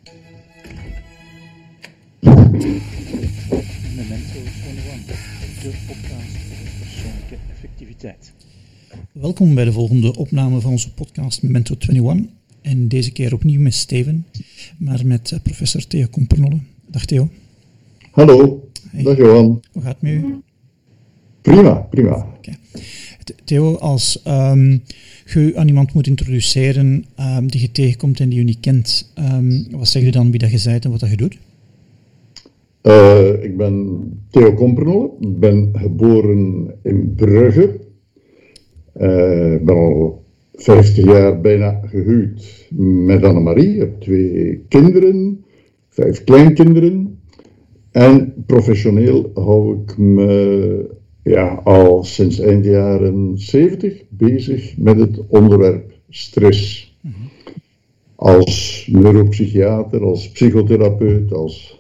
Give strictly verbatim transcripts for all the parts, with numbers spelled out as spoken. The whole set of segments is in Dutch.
Memento eenentwintig, de podcast over persoonlijke effectiviteit. Welkom bij de volgende opname van onze podcast Memento eenentwintig. En deze keer opnieuw met Steven, maar met professor Theo Kompernolle. Dag Theo. Hallo, hey. Dag Johan. Hoe gaat het met u? Prima, prima. Okay. Theo, als um, je aan iemand moet introduceren um, die je tegenkomt en die je niet kent, um, wat zeg je dan wie dat je bent en wat dat je doet? Uh, ik ben Theo Kompernolle, ik ben geboren in Brugge. Uh, ik ben al vijftig jaar bijna gehuwd met Annemarie. Ik heb twee kinderen, vijf kleinkinderen. En professioneel hou ik me ja, al sinds eind jaren zeventig bezig met het onderwerp stress. Mm-hmm. Als neuropsychiater, als psychotherapeut, als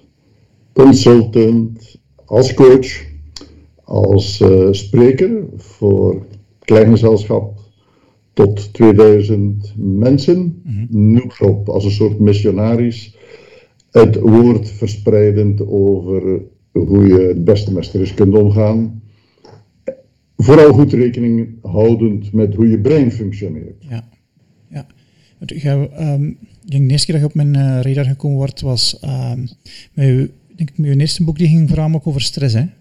consultant, als coach, als uh, spreker voor klein gezelschap tot tweeduizend mensen, mm-hmm. noem maar op, als een soort missionaris, het woord verspreidend over hoe je het beste met stress kunt omgaan. Vooral goed rekening houdend met hoe je brein functioneert. Ja, ja. Je, um, ik denk de eerste keer dat je op mijn uh, radar gekomen wordt, was um, met, je, denk ik, met je eerste boek, die ging voornamelijk over stress, hè?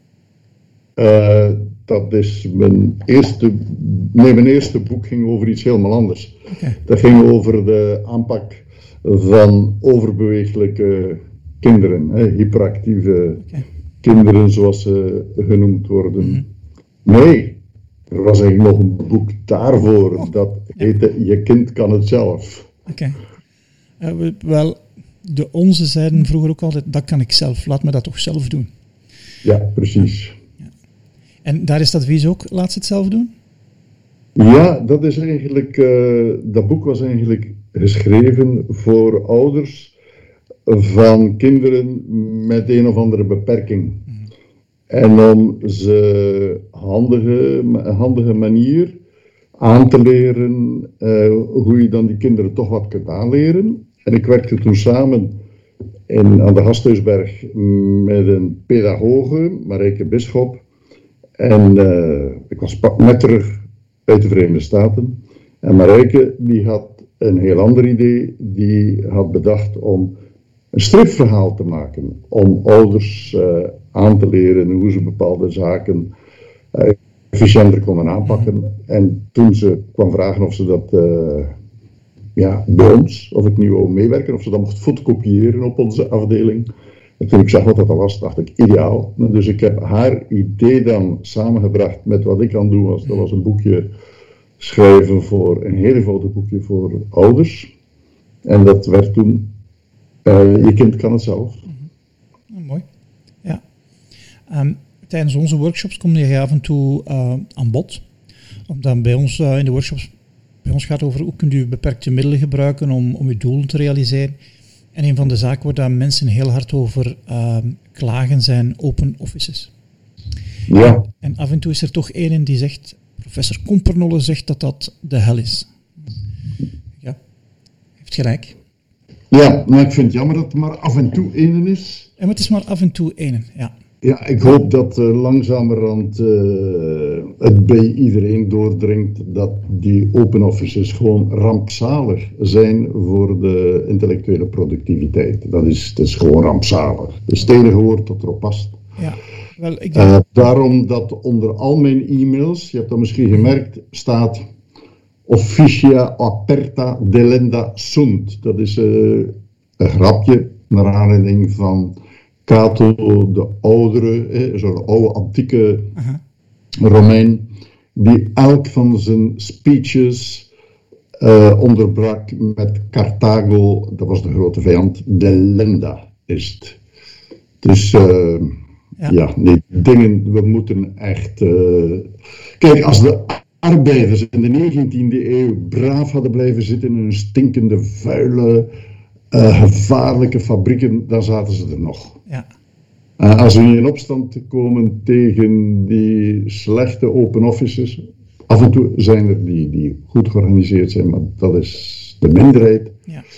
Uh, dat is mijn eerste, nee, mijn eerste boek ging over iets helemaal anders. Okay. Dat ging over de aanpak van overbeweeglijke kinderen, hè, hyperactieve okay. kinderen zoals ze genoemd worden. Mm-hmm. Nee, er was eigenlijk nog een boek daarvoor, oh. dat heette ja. Je kind kan het zelf. Oké. Okay. Uh, wel, de onze zeiden vroeger ook altijd, dat kan ik zelf, laat me dat toch zelf doen. Ja, precies. Ja. En daar is dat advies ook, laat ze het zelf doen? Ja, dat is eigenlijk, uh, dat boek was eigenlijk geschreven voor ouders van kinderen met een of andere beperking. Mm. En om ze handige, handige manier aan te leren uh, hoe je dan die kinderen toch wat kunt aanleren. En ik werkte toen samen in, aan de Gasthuisberg met een pedagoge, Marijke Bisschop. En uh, ik was net terug uit de Verenigde Staten. En Marijke die had een heel ander idee. Die had bedacht om een stripverhaal te maken. Om ouders uh, aan te leren hoe ze bepaalde zaken uh, efficiënter konden aanpakken. En toen ze kwam vragen of ze dat uh, ja, bij ons, of ik nu wou meewerken, of ze dat mocht fotocopiëren op onze afdeling. En toen ik zag wat dat was, dacht ik ideaal. Dus ik heb haar idee dan samengebracht met wat ik aan het doen was. Dat was een boekje schrijven voor, een heel eenvoudig boekje voor ouders. En dat werd toen, uh, je kind kan het zelf. Mm-hmm. Oh, mooi. Ja. Um, tijdens onze workshops kom je af en toe uh, aan bod. Omdat bij ons uh, in de workshops, bij ons gaat over hoe kunt u beperkte middelen gebruiken om, om uw doel te realiseren. En een van de zaken waar mensen heel hard over uh, klagen zijn open offices. Ja. En, en af en toe is er toch één die zegt, professor Kompernolle zegt dat dat de hel is. Ja, heeft gelijk. Ja, maar ik vind het jammer dat het maar af en toe één is. En het is maar af en toe één, ja. Ja, ik hoop dat uh, langzamerhand uh, het bij iedereen doordringt dat die open offices gewoon rampzalig zijn voor de intellectuele productiviteit. Dat is, dat is gewoon rampzalig. Dat is het enige woord dat erop past. Ja, wel, ik denk... uh, daarom dat onder al mijn e-mails, je hebt dat misschien gemerkt, staat Officia aperta delenda sunt. Dat is uh, een grapje naar aanleiding van Cato de oudere, zo'n oude antieke uh-huh. Romein, die elk van zijn speeches uh, onderbrak met Carthago, dat was de grote vijand, delenda is het. Dus uh, ja. ja, nee, dingen, we moeten echt... Uh, kijk, als de arbeiders in de negentiende eeuw braaf hadden blijven zitten in hun stinkende, vuile, uh, gevaarlijke fabrieken, dan zaten ze er nog. Ja. Uh, als we in opstand komen tegen die slechte open offices, af en toe zijn er die, die goed georganiseerd zijn, maar dat is de minderheid. Ja.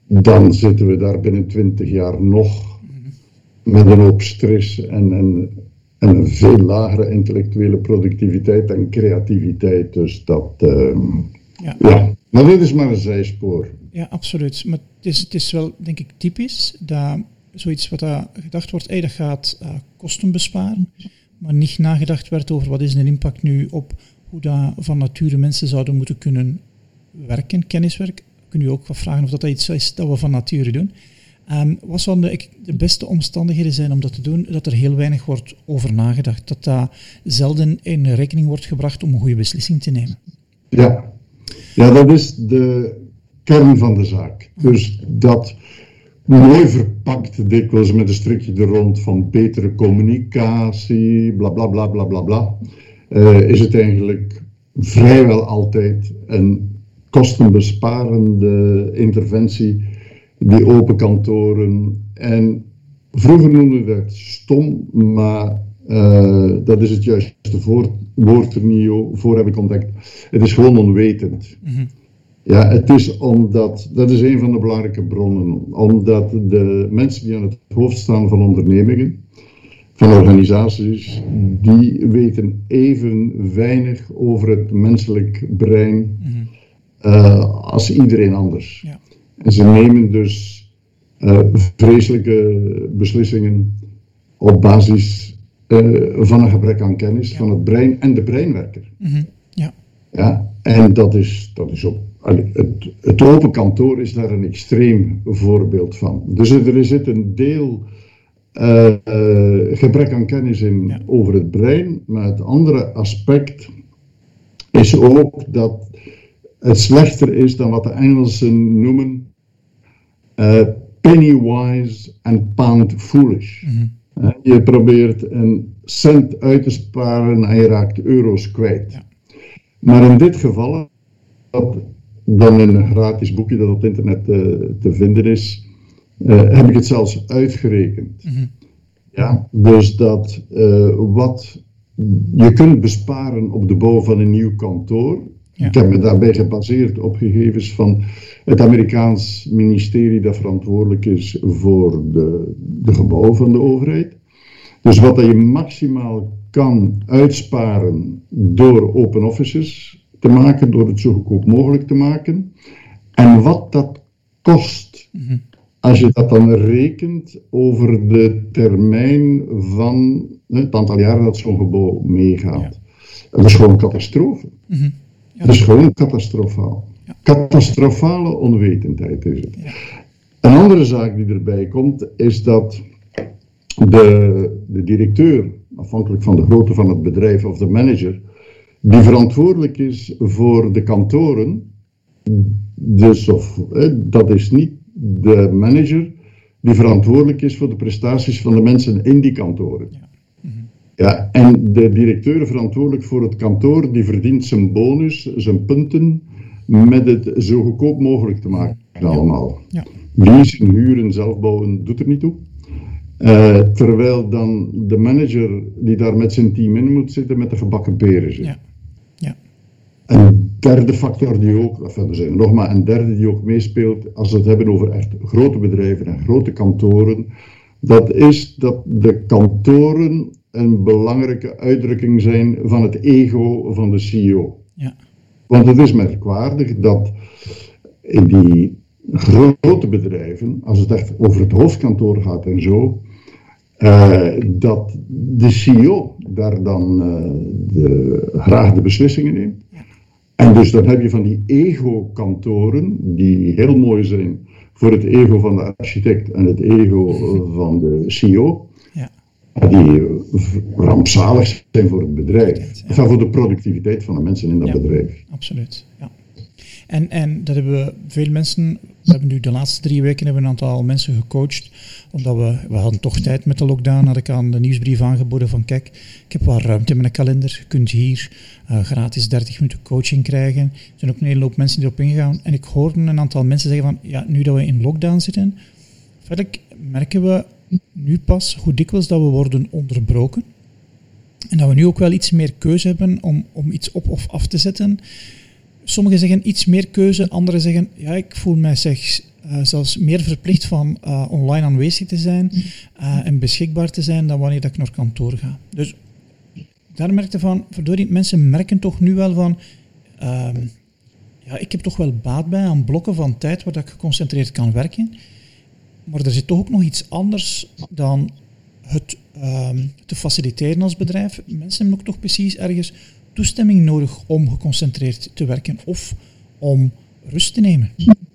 dan zitten we daar binnen twintig jaar nog met een hoop stress en, en, en een veel lagere intellectuele productiviteit en creativiteit. Dus dat, uh, ja. ja, maar dit is maar een zijspoor. Ja, absoluut. Maar het is, het is wel, denk ik, typisch dat zoiets wat daar gedacht wordt, hey, dat gaat uh, kosten besparen, maar niet nagedacht werd over wat is de impact nu op hoe dat van nature mensen zouden moeten kunnen werken, kenniswerk. Kun je ook wat vragen of dat iets is dat we van nature doen. Um, wat zouden de, de beste omstandigheden zijn om dat te doen? Dat er heel weinig wordt over nagedacht. Dat dat zelden in rekening wordt gebracht om een goede beslissing te nemen. Ja, ja dat is de kern van de zaak. Dus dat mooi verpakt, dikwijls met een strikje er rond van betere communicatie, bla bla bla bla bla bla, uh, is het eigenlijk vrijwel altijd een kostenbesparende interventie, die open kantoren. En vroeger noemden we dat stom, maar uh, dat is het juiste voor, woord er niet voor heb ik ontdekt. Het is gewoon onwetend. Mm-hmm. Ja, het is omdat, dat is een van de belangrijke bronnen, omdat de mensen die aan het hoofd staan van ondernemingen, van organisaties, die weten even weinig over het menselijk brein mm-hmm. uh, als iedereen anders. Ja. En ze nemen dus uh, vreselijke beslissingen op basis uh, van een gebrek aan kennis, ja. van het brein en de breinwerker. Mm-hmm. Ja. Ja, en dat is, dat is op Het, het open kantoor is daar een extreem voorbeeld van. Dus er zit een deel uh, uh, gebrek aan kennis in ja. over het brein, maar het andere aspect is ook dat het slechter is dan wat de Engelsen noemen uh, penny wise and pound foolish. Mm-hmm. Uh, je probeert een cent uit te sparen en je raakt euro's kwijt. Ja. Maar in dit geval, dat dan in een gratis boekje dat op het internet uh, te vinden is, uh, heb ik het zelfs uitgerekend. Mm-hmm. Ja, dus dat uh, wat je kunt besparen op de bouw van een nieuw kantoor, ja. ik heb me daarbij gebaseerd op gegevens van het Amerikaans ministerie dat verantwoordelijk is voor de, de gebouw van de overheid. Dus wat dat je maximaal kan uitsparen door open offices te maken, door het zo goedkoop mogelijk te maken. En wat dat kost, mm-hmm. als je dat dan rekent over de termijn van het aantal jaren dat zo'n gebouw meegaat. Ja. Dat is gewoon een catastrofe. Mm-hmm. Ja. Dat is gewoon catastrofaal. Ja. Catastrofale onwetendheid is het. Ja. Een andere zaak die erbij komt, is dat de, de directeur, afhankelijk van de grootte van het bedrijf of de manager, die verantwoordelijk is voor de kantoren, dus of, eh, dat is niet de manager die verantwoordelijk is voor de prestaties van de mensen in die kantoren. Ja. Mm-hmm. Ja, en de directeur verantwoordelijk voor het kantoor, die verdient zijn bonus, zijn punten, met het zo goedkoop mogelijk te maken ja. allemaal. Ja. Leasen, huren, zelf bouwen, doet er niet toe. Uh, terwijl dan de manager die daar met zijn team in moet zitten met de gebakken peren zit. Ja. Ja. Een derde factor die ook, enfin, er zijn er nog maar een derde die ook meespeelt als we het hebben over echt grote bedrijven en grote kantoren, dat is dat de kantoren een belangrijke uitdrukking zijn van het ego van de C E O. Ja. Want het is merkwaardig dat in die grote bedrijven, als het echt over het hoofdkantoor gaat en zo, uh, dat de C E O daar dan uh, de, graag de beslissingen neemt. Ja. En dus dan heb je van die ego-kantoren, die heel mooi zijn voor het ego van de architect en het ego van de C E O, ja. die rampzalig zijn voor het bedrijf. Ja. Enfin, voor de productiviteit van de mensen in dat ja, bedrijf. Absoluut, ja. En, en dat hebben we veel mensen, we hebben nu de laatste drie weken hebben we een aantal mensen gecoacht, omdat we, we hadden toch tijd met de lockdown, had ik aan de nieuwsbrief aangeboden van kijk, ik heb wat ruimte in mijn kalender, je kunt hier uh, gratis dertig minuten coaching krijgen. Er zijn ook een hele hoop mensen die erop ingaan en ik hoorde een aantal mensen zeggen van ja, nu dat we in lockdown zitten, verder merken we nu pas hoe dikwijls dat we worden onderbroken en dat we nu ook wel iets meer keuze hebben om, om iets op of af te zetten. Sommigen zeggen iets meer keuze, anderen zeggen, ja, ik voel mij zeg, uh, zelfs meer verplicht van uh, online aanwezig te zijn uh, en beschikbaar te zijn dan wanneer dat ik naar kantoor ga. Dus daar merkte van, verdorie, mensen merken toch nu wel van, uh, ja, ik heb toch wel baat bij aan blokken van tijd waar dat ik geconcentreerd kan werken. Maar er zit toch ook nog iets anders dan het uh, te faciliteren als bedrijf. Mensen hebben ook toch precies ergens toestemming nodig om geconcentreerd te werken of om rust te nemen.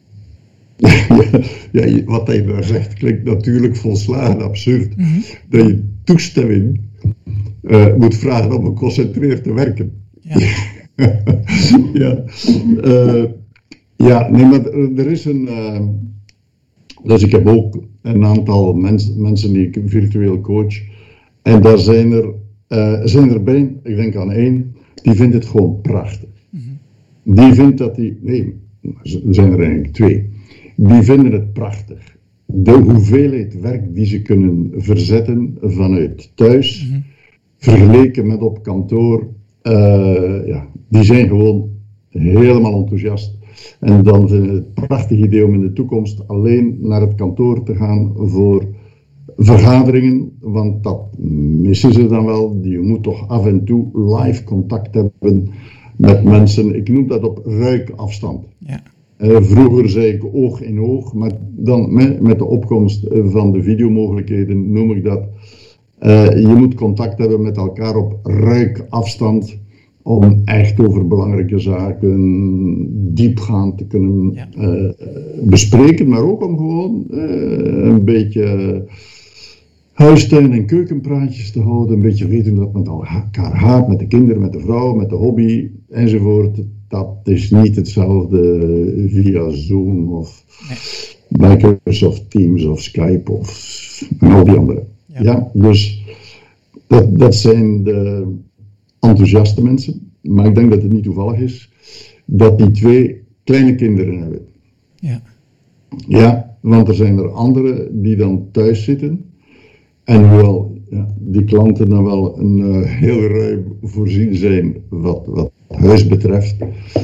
Ja, ja, wat hij daar zegt klinkt natuurlijk volslagen absurd. Mm-hmm. Dat je toestemming uh, moet vragen om geconcentreerd te werken. Ja. ja. Uh, ja, nee, maar er is een... Uh, dus ik heb ook een aantal mens, mensen die ik virtueel coach. En daar zijn er, uh, zijn er bij, ik denk aan één, die vindt het gewoon prachtig. Mm-hmm. Die vindt dat die... Nee, er zijn er eigenlijk twee. Die vinden het prachtig. De hoeveelheid werk die ze kunnen verzetten vanuit thuis, mm-hmm. vergeleken met op kantoor, uh, ja, die zijn gewoon helemaal enthousiast. En dan vinden ze het een prachtig idee om in de toekomst alleen naar het kantoor te gaan voor vergaderingen, want dat missen ze dan wel. Je moet toch af en toe live contact hebben met mensen. Ik noem dat op ruikafstand. Ja. Uh, vroeger zei ik oog in oog, maar dan met, met de opkomst van de videomogelijkheden noem ik dat. Uh, je moet contact hebben met elkaar op ruikafstand om echt over belangrijke zaken diepgaand te kunnen ja. uh, bespreken, maar ook om gewoon uh, een beetje huistuin- en keukenpraatjes te houden, een beetje weten dat men elkaar haat, met de kinderen, met de vrouw, met de hobby enzovoort. Dat is niet hetzelfde via Zoom of nee. Microsoft Teams of Skype of al die andere. Ja, ja dus dat, dat zijn de enthousiaste mensen. Maar ik denk dat het niet toevallig is dat die twee kleine kinderen hebben. Ja. Ja, want er zijn er anderen die dan thuis zitten. En hoewel ja, die klanten dan wel een uh, heel ruim voorzien zijn wat, wat huis betreft,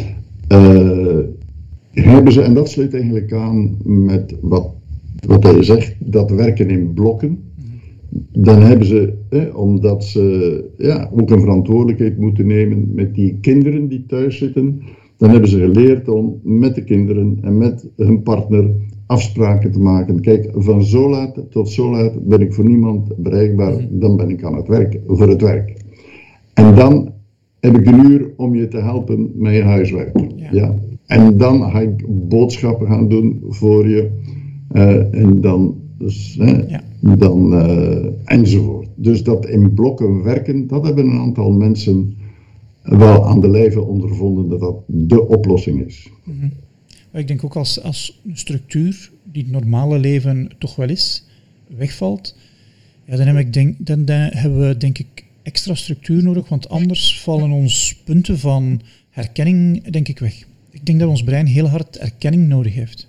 uh, hebben ze, en dat sluit eigenlijk aan met wat, wat hij zegt, dat werken in blokken. Dan hebben ze, eh, omdat ze ja, ook een verantwoordelijkheid moeten nemen met die kinderen die thuis zitten, dan hebben ze geleerd om met de kinderen en met hun partner afspraken te maken. Kijk, van zo laat tot zo laat ben ik voor niemand bereikbaar, dan ben ik aan het werk, voor het werk. En dan heb ik een uur om je te helpen met je huiswerk. Ja. Ja. En dan ga ik boodschappen gaan doen voor je. Uh, en dan, dus, hè, ja. dan uh, enzovoort. Dus dat in blokken werken, dat hebben een aantal mensen wel aan de lijve ondervonden dat dat de oplossing is. Mm-hmm. Ik denk ook als, als een structuur die het normale leven toch wel is, wegvalt, ja, dan, heb ik denk, dan, dan hebben we denk ik extra structuur nodig, want anders vallen ons punten van herkenning denk ik weg. Ik denk dat ons brein heel hard erkenning nodig heeft.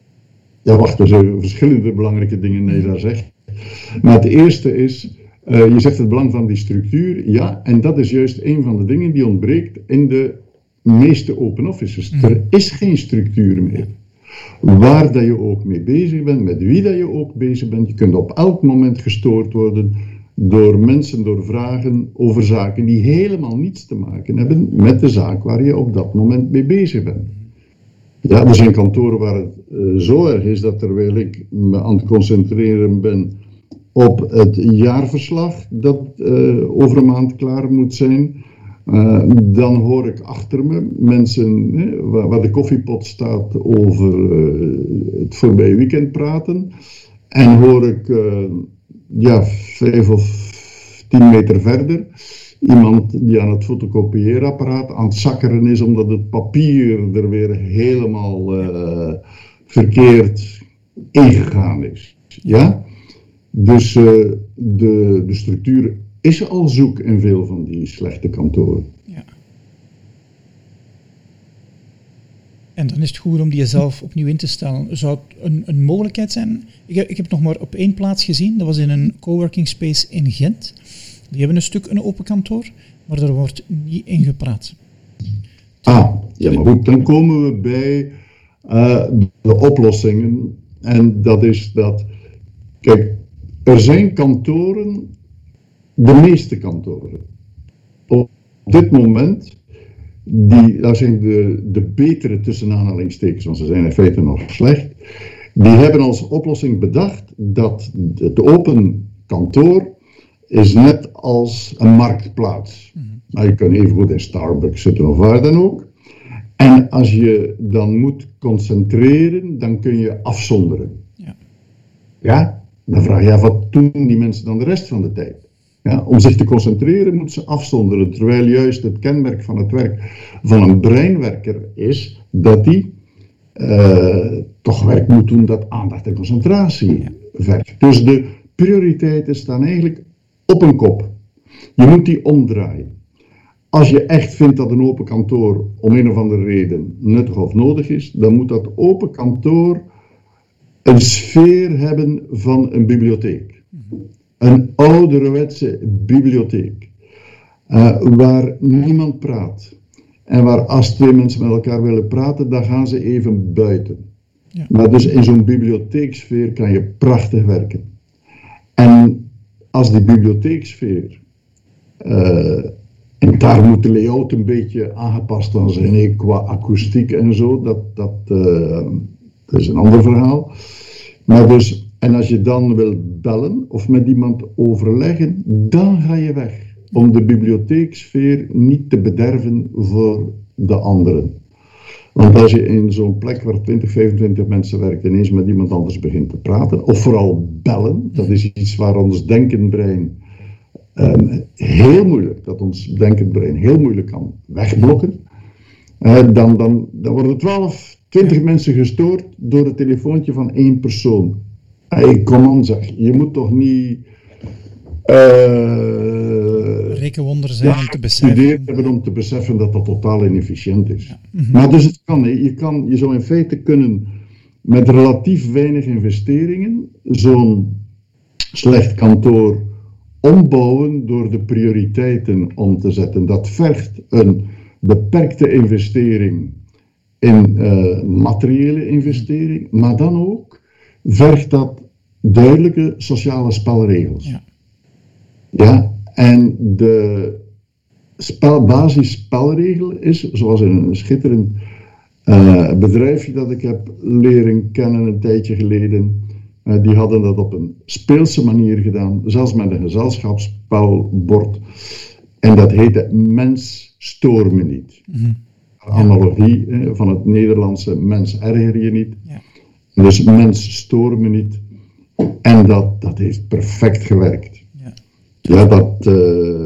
Ja, wacht, er zijn verschillende belangrijke dingen die je daar zegt. Maar het eerste is, uh, je zegt het belang van die structuur, ja, en dat is juist een van de dingen die ontbreekt in de meeste open offices. Mm. Er is geen structuur meer. Waar dat je ook mee bezig bent, met wie dat je ook bezig bent, je kunt op elk moment gestoord worden door mensen, door vragen over zaken die helemaal niets te maken hebben met de zaak waar je op dat moment mee bezig bent. Ja, er zijn kantoren waar het uh, zo erg is dat terwijl ik me aan het concentreren ben op het jaarverslag dat uh, over een maand klaar moet zijn, uh, dan hoor ik achter me mensen eh, waar, waar de koffiepot staat over uh, het voorbije weekend praten en hoor ik uh, ja, vijf of tien meter verder iemand die aan het fotocopieerapparaat aan het zakkeren is omdat het papier er weer helemaal uh, verkeerd ingegaan is. Ja? Dus uh, de, de structuur is al zoek in veel van die slechte kantoren. Ja. En dan is het goed om die jezelf opnieuw in te stellen. Zou het een, een mogelijkheid zijn? Ik heb, ik heb het nog maar op één plaats gezien. Dat was in een coworking space in Gent. Die hebben een stuk een open kantoor, maar er wordt niet in gepraat. Ah, ja, maar goed, dan komen we bij uh, de oplossingen. En dat is dat, kijk, er zijn kantoren, de meeste kantoren, op dit moment, die, dat zijn de, de betere tussen aanhalingstekens, want ze zijn in feite nog slecht, die hebben als oplossing bedacht dat het open kantoor is net als een marktplaats. Mm-hmm. Nou, je kan even goed in Starbucks zitten of waar dan ook. En als je dan moet concentreren, dan kun je afzonderen. Ja, ja? Dan vraag je af, wat doen die mensen dan de rest van de tijd? Ja, om zich te concentreren moeten ze afzonderen, terwijl juist het kenmerk van het werk van een breinwerker is dat hij uh, toch werk moet doen dat aandacht en concentratie vergt. Dus de prioriteiten staan eigenlijk op een kop. Je moet die omdraaien. Als je echt vindt dat een open kantoor om een of andere reden nuttig of nodig is, dan moet dat open kantoor een sfeer hebben van een bibliotheek. Een ouderwetse bibliotheek. Uh, waar niemand praat. En waar als twee mensen met elkaar willen praten, dan gaan ze even buiten. Ja. Maar dus in zo'n bibliotheeksfeer kan je prachtig werken. En als die bibliotheeksfeer, uh, en daar moet de layout een beetje aangepast aan zijn, qua akoestiek en zo, dat, dat, uh, dat is een ander verhaal. Maar dus, en als je dan wil bellen of met iemand overleggen, dan ga je weg. Om de bibliotheeksfeer niet te bederven voor de anderen. Want als je in zo'n plek waar twintig, vijfentwintig mensen werkt ineens met iemand anders begint te praten, of vooral bellen, dat is iets waar ons denkend brein um, heel moeilijk, dat ons denkend brein heel moeilijk kan wegblokken, uh, dan, dan, dan worden twaalf, twintig mensen gestoord door het telefoontje van één persoon. Hey, kom aan zeg, je moet toch niet Uh, rekenwonder zijn ja, om te beseffen. hebben om te beseffen dat dat totaal inefficiënt is. Ja. Mm-hmm. Maar dus het kan, je, kan, je zou in feite kunnen met relatief weinig investeringen zo'n slecht kantoor ombouwen door de prioriteiten om te zetten. Dat vergt een beperkte investering in uh, materiële investering, maar dan ook vergt dat duidelijke sociale spelregels. Ja. Ja, en de spel, basisspelregel is, zoals in een schitterend uh, bedrijfje dat ik heb leren kennen een tijdje geleden, uh, die hadden dat op een speelse manier gedaan, zelfs met een gezelschapsspelbord. En dat heette mens stoor me niet. Mm-hmm. Analogie uh, van het Nederlandse mens erger je niet. Ja. Dus mens stoor me niet. En dat, dat heeft perfect gewerkt. Ja, ja dat, uh,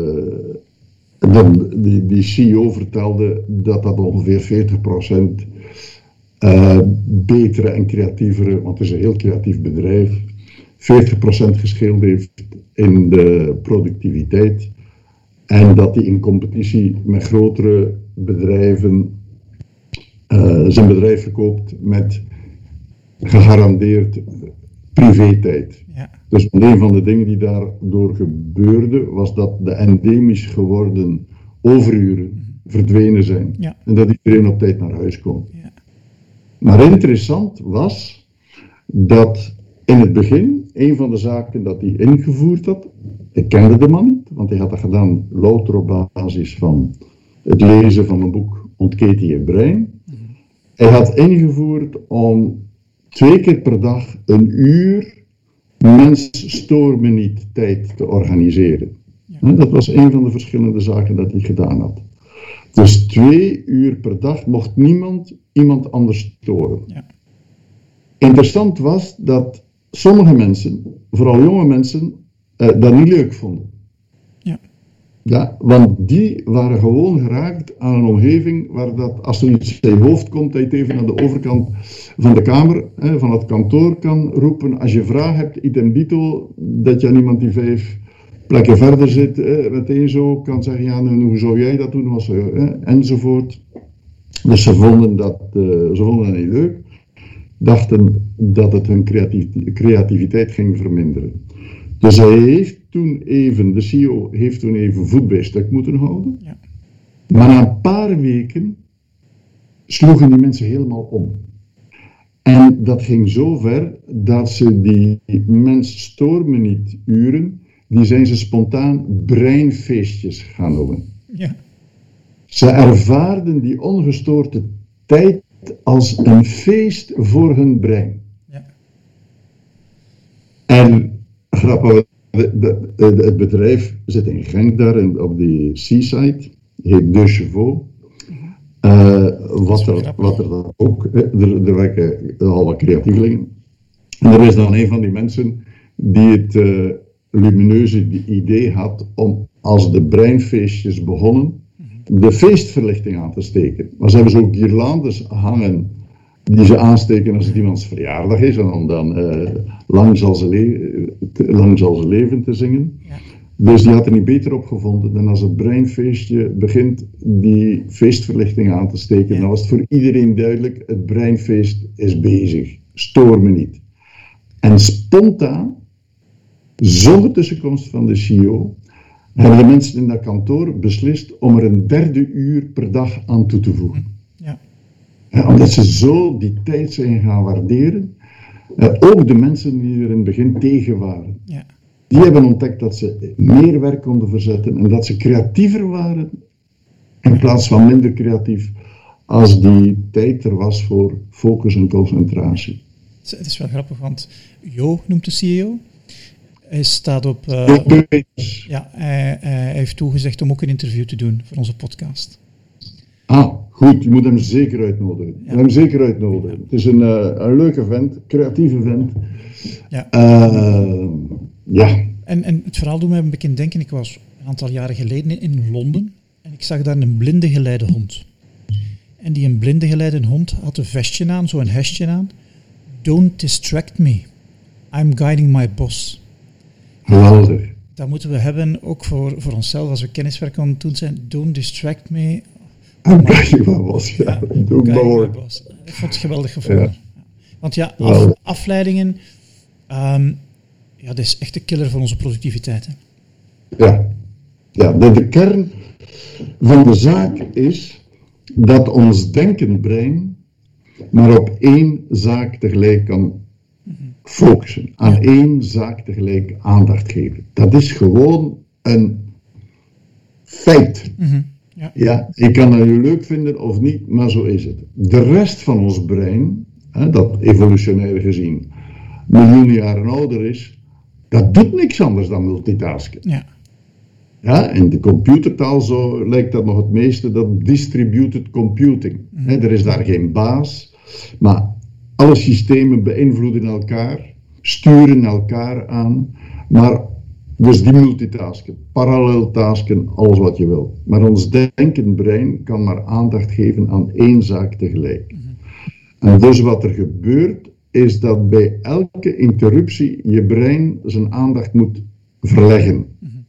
de, die, die C E O vertelde dat dat ongeveer veertig procent uh, betere en creatievere, want het is een heel creatief bedrijf, veertig procent gescheeld heeft in de productiviteit. En dat hij in competitie met grotere bedrijven uh, zijn bedrijf verkoopt met gegarandeerd privé-tijd. Ja. Dus een van de dingen die daardoor gebeurde, was dat de endemisch geworden overuren mm-hmm. verdwenen zijn. Ja. En dat iedereen op tijd naar huis kon. Ja. Maar interessant was dat in het begin, een van de zaken dat hij ingevoerd had, ik kende de man niet, want hij had dat gedaan louter op basis van het lezen van een boek Ontketen je brein. Mm-hmm. Hij had ingevoerd om twee keer per dag een uur mens stoor me niet tijd te organiseren. Ja. Dat was een van de verschillende zaken dat hij gedaan had. Dus twee uur per dag mocht niemand iemand anders storen. Ja. Interessant was dat sommige mensen, vooral jonge mensen, eh, dat niet leuk vonden. Ja. Ja, want die waren gewoon geraakt aan een omgeving waar dat, als er iets in je hoofd komt, dat je het even naar de overkant van de kamer, hè, van het kantoor kan roepen. Als je vraag hebt, idem dito, dat je aan iemand die vijf plekken verder zit, hè, meteen zo kan zeggen, ja, nou, hoe zou jij dat doen, was, hè, enzovoort. Dus ze vonden dat, uh, ze vonden dat niet leuk, dachten dat het hun creativ- creativiteit ging verminderen. Dus hij heeft toen even, de C E O heeft toen even voet bij stuk moeten houden. Ja. Maar na een paar weken sloegen die mensen helemaal om. En dat ging zo ver dat ze die mens stoor me niet uren, die zijn ze spontaan breinfeestjes gaan noemen. Ja. Ze ervaarden die ongestoorde tijd als een feest voor hun brein. Ja. En grappig, de, de, de, het bedrijf zit in Genk daar in, op die seaside, heet De Chevaux. Uh, wat, er, wat er dan ook, er, er werken al wat creatievelingen. En er is dan een van die mensen die het uh, lumineuze idee had om, als de breinfeestjes begonnen, de feestverlichting aan te steken. Maar ze hebben zo ook guirlandes hangen die ze aansteken als het iemands verjaardag is, en om dan uh, lang, zal ze le- te, lang zal ze leven te zingen. Ja. Dus die had er niet beter op gevonden dan als het breinfeestje begint die feestverlichting aan te steken. Ja. Dan was het voor iedereen duidelijk, het breinfeest is bezig. Stoor me niet. En spontaan, zonder tussenkomst van de C E O, hebben de mensen in dat kantoor beslist om er een derde uur per dag aan toe te voegen. Ja. Ja, omdat ze zo die tijd zijn gaan waarderen. Uh, ook de mensen die er in het begin tegen waren. Ja. Die hebben ontdekt dat ze meer werk konden verzetten en dat ze creatiever waren in plaats van minder creatief als die tijd er was voor focus en concentratie. Het is wel grappig, want Jo noemt de C E O. Hij staat op... Uh, op ja, hij, hij heeft toegezegd om ook een interview te doen voor onze podcast. Ah, goed. Je moet hem zeker uitnodigen. Ja. Hem zeker uitnodigen. Het is een, uh, een leuke vent, creatieve vent. Ja. Uh, ja. En, en het verhaal doet mij een beetje denken. Ik was een aantal jaren geleden in Londen en ik zag daar een blinde geleide hond. En die een blinde geleide hond had een vestje aan, zo'n hesje aan. Don't distract me. I'm guiding my boss. Geweldig. Dat moeten we hebben, ook voor, voor onszelf, als we kenniswerk aan het doen zijn. Don't distract me. I'm guiding my boss, ja. ja Doe maar. Ik vond het geweldig gevonden. Ja. Want ja, af, afleidingen, um, ja, dat is echt de killer van onze productiviteit. Hè. Ja, ja de, de kern van de zaak is dat ons denkend brein maar op één zaak tegelijk kan focussen. Aan één zaak tegelijk aandacht geven. Dat is gewoon een feit. Mm-hmm. Ja. Ja, je kan het leuk vinden of niet, maar zo is het. De rest van ons brein, hè, dat evolutionair gezien miljoenen jaren ouder is, dat doet niks anders dan multitasken. Ja. Ja, in de computertaal zo lijkt dat nog het meeste, dat distributed computing. Mm. Hè, er is daar geen baas, maar alle systemen beïnvloeden elkaar, sturen elkaar aan, maar dus die multitasken, parallel tasken, alles wat je wil. Maar ons denkend brein kan maar aandacht geven aan één zaak tegelijk. Mm-hmm. En dus wat er gebeurt, is dat bij elke interruptie je brein zijn aandacht moet verleggen. Mm-hmm.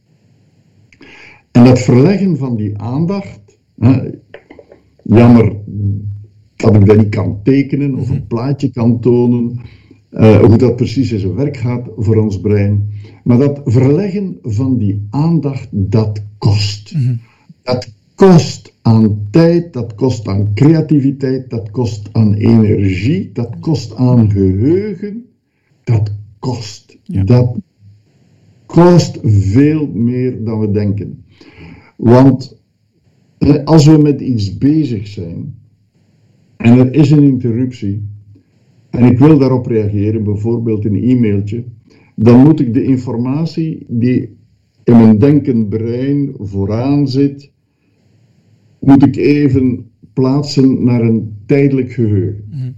En dat verleggen van die aandacht, hè, jammer dat ik dat niet kan tekenen of een plaatje kan tonen, uh, hoe dat precies in zijn werk gaat voor ons brein. Maar dat verleggen van die aandacht, dat kost. Mm-hmm. Dat kost aan tijd, dat kost aan creativiteit, dat kost aan energie, dat kost aan geheugen. Dat kost. Ja. Dat kost veel meer dan we denken. Want als we met iets bezig zijn en er is een interruptie en ik wil daarop reageren, bijvoorbeeld een e-mailtje, dan moet ik de informatie die in mijn denkend brein vooraan zit, moet ik even plaatsen naar een tijdelijk geheugen. Mm-hmm.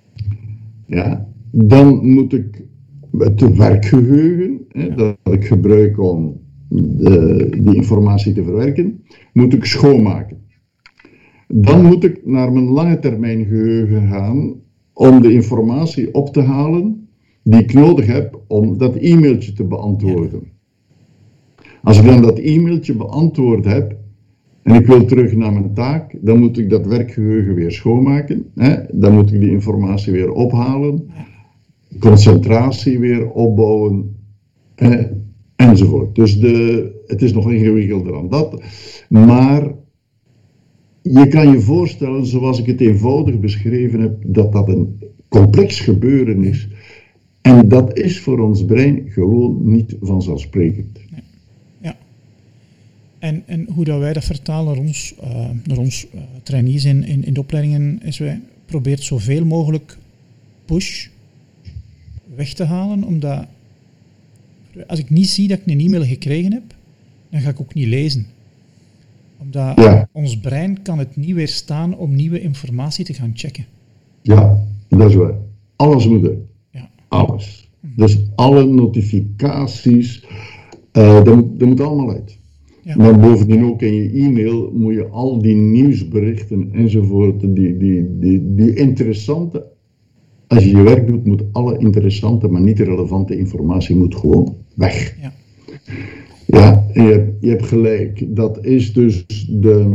Ja, dan moet ik het werkgeheugen, hè, ja. dat ik gebruik om de, die informatie te verwerken, moet ik schoonmaken. Dan moet ik naar mijn lange termijn geheugen gaan om de informatie op te halen die ik nodig heb om dat e-mailtje te beantwoorden. Ja. Als ik dan dat e-mailtje beantwoord heb en ik wil terug naar mijn taak, dan moet ik dat werkgeheugen weer schoonmaken. Hè? Dan moet ik die informatie weer ophalen, concentratie weer opbouwen, hè? Enzovoort. Dus de, het is nog ingewikkelder dan dat. Maar je kan je voorstellen, zoals ik het eenvoudig beschreven heb, dat dat een complex gebeuren is. En dat is voor ons brein gewoon niet vanzelfsprekend. Ja. ja. En, en hoe dat wij dat vertalen naar ons, uh, naar ons uh, trainees in, in, in de opleidingen, is wij proberen zoveel mogelijk push weg te halen, omdat als ik niet zie dat ik een e-mail gekregen heb, dan ga ik ook niet lezen. Omdat ja. ons brein kan het niet weerstaan om nieuwe informatie te gaan checken. Ja, dat is waar. Alles moet er. Ja. Alles. Dus alle notificaties, uh, dat, dat moet allemaal uit. Ja. Maar bovendien ook in je e-mail moet je al die nieuwsberichten enzovoort, die, die, die, die interessante, als je je werk doet, moet alle interessante, maar niet relevante informatie moet gewoon weg. Ja, ja je, hebt, je hebt gelijk. Dat is dus de,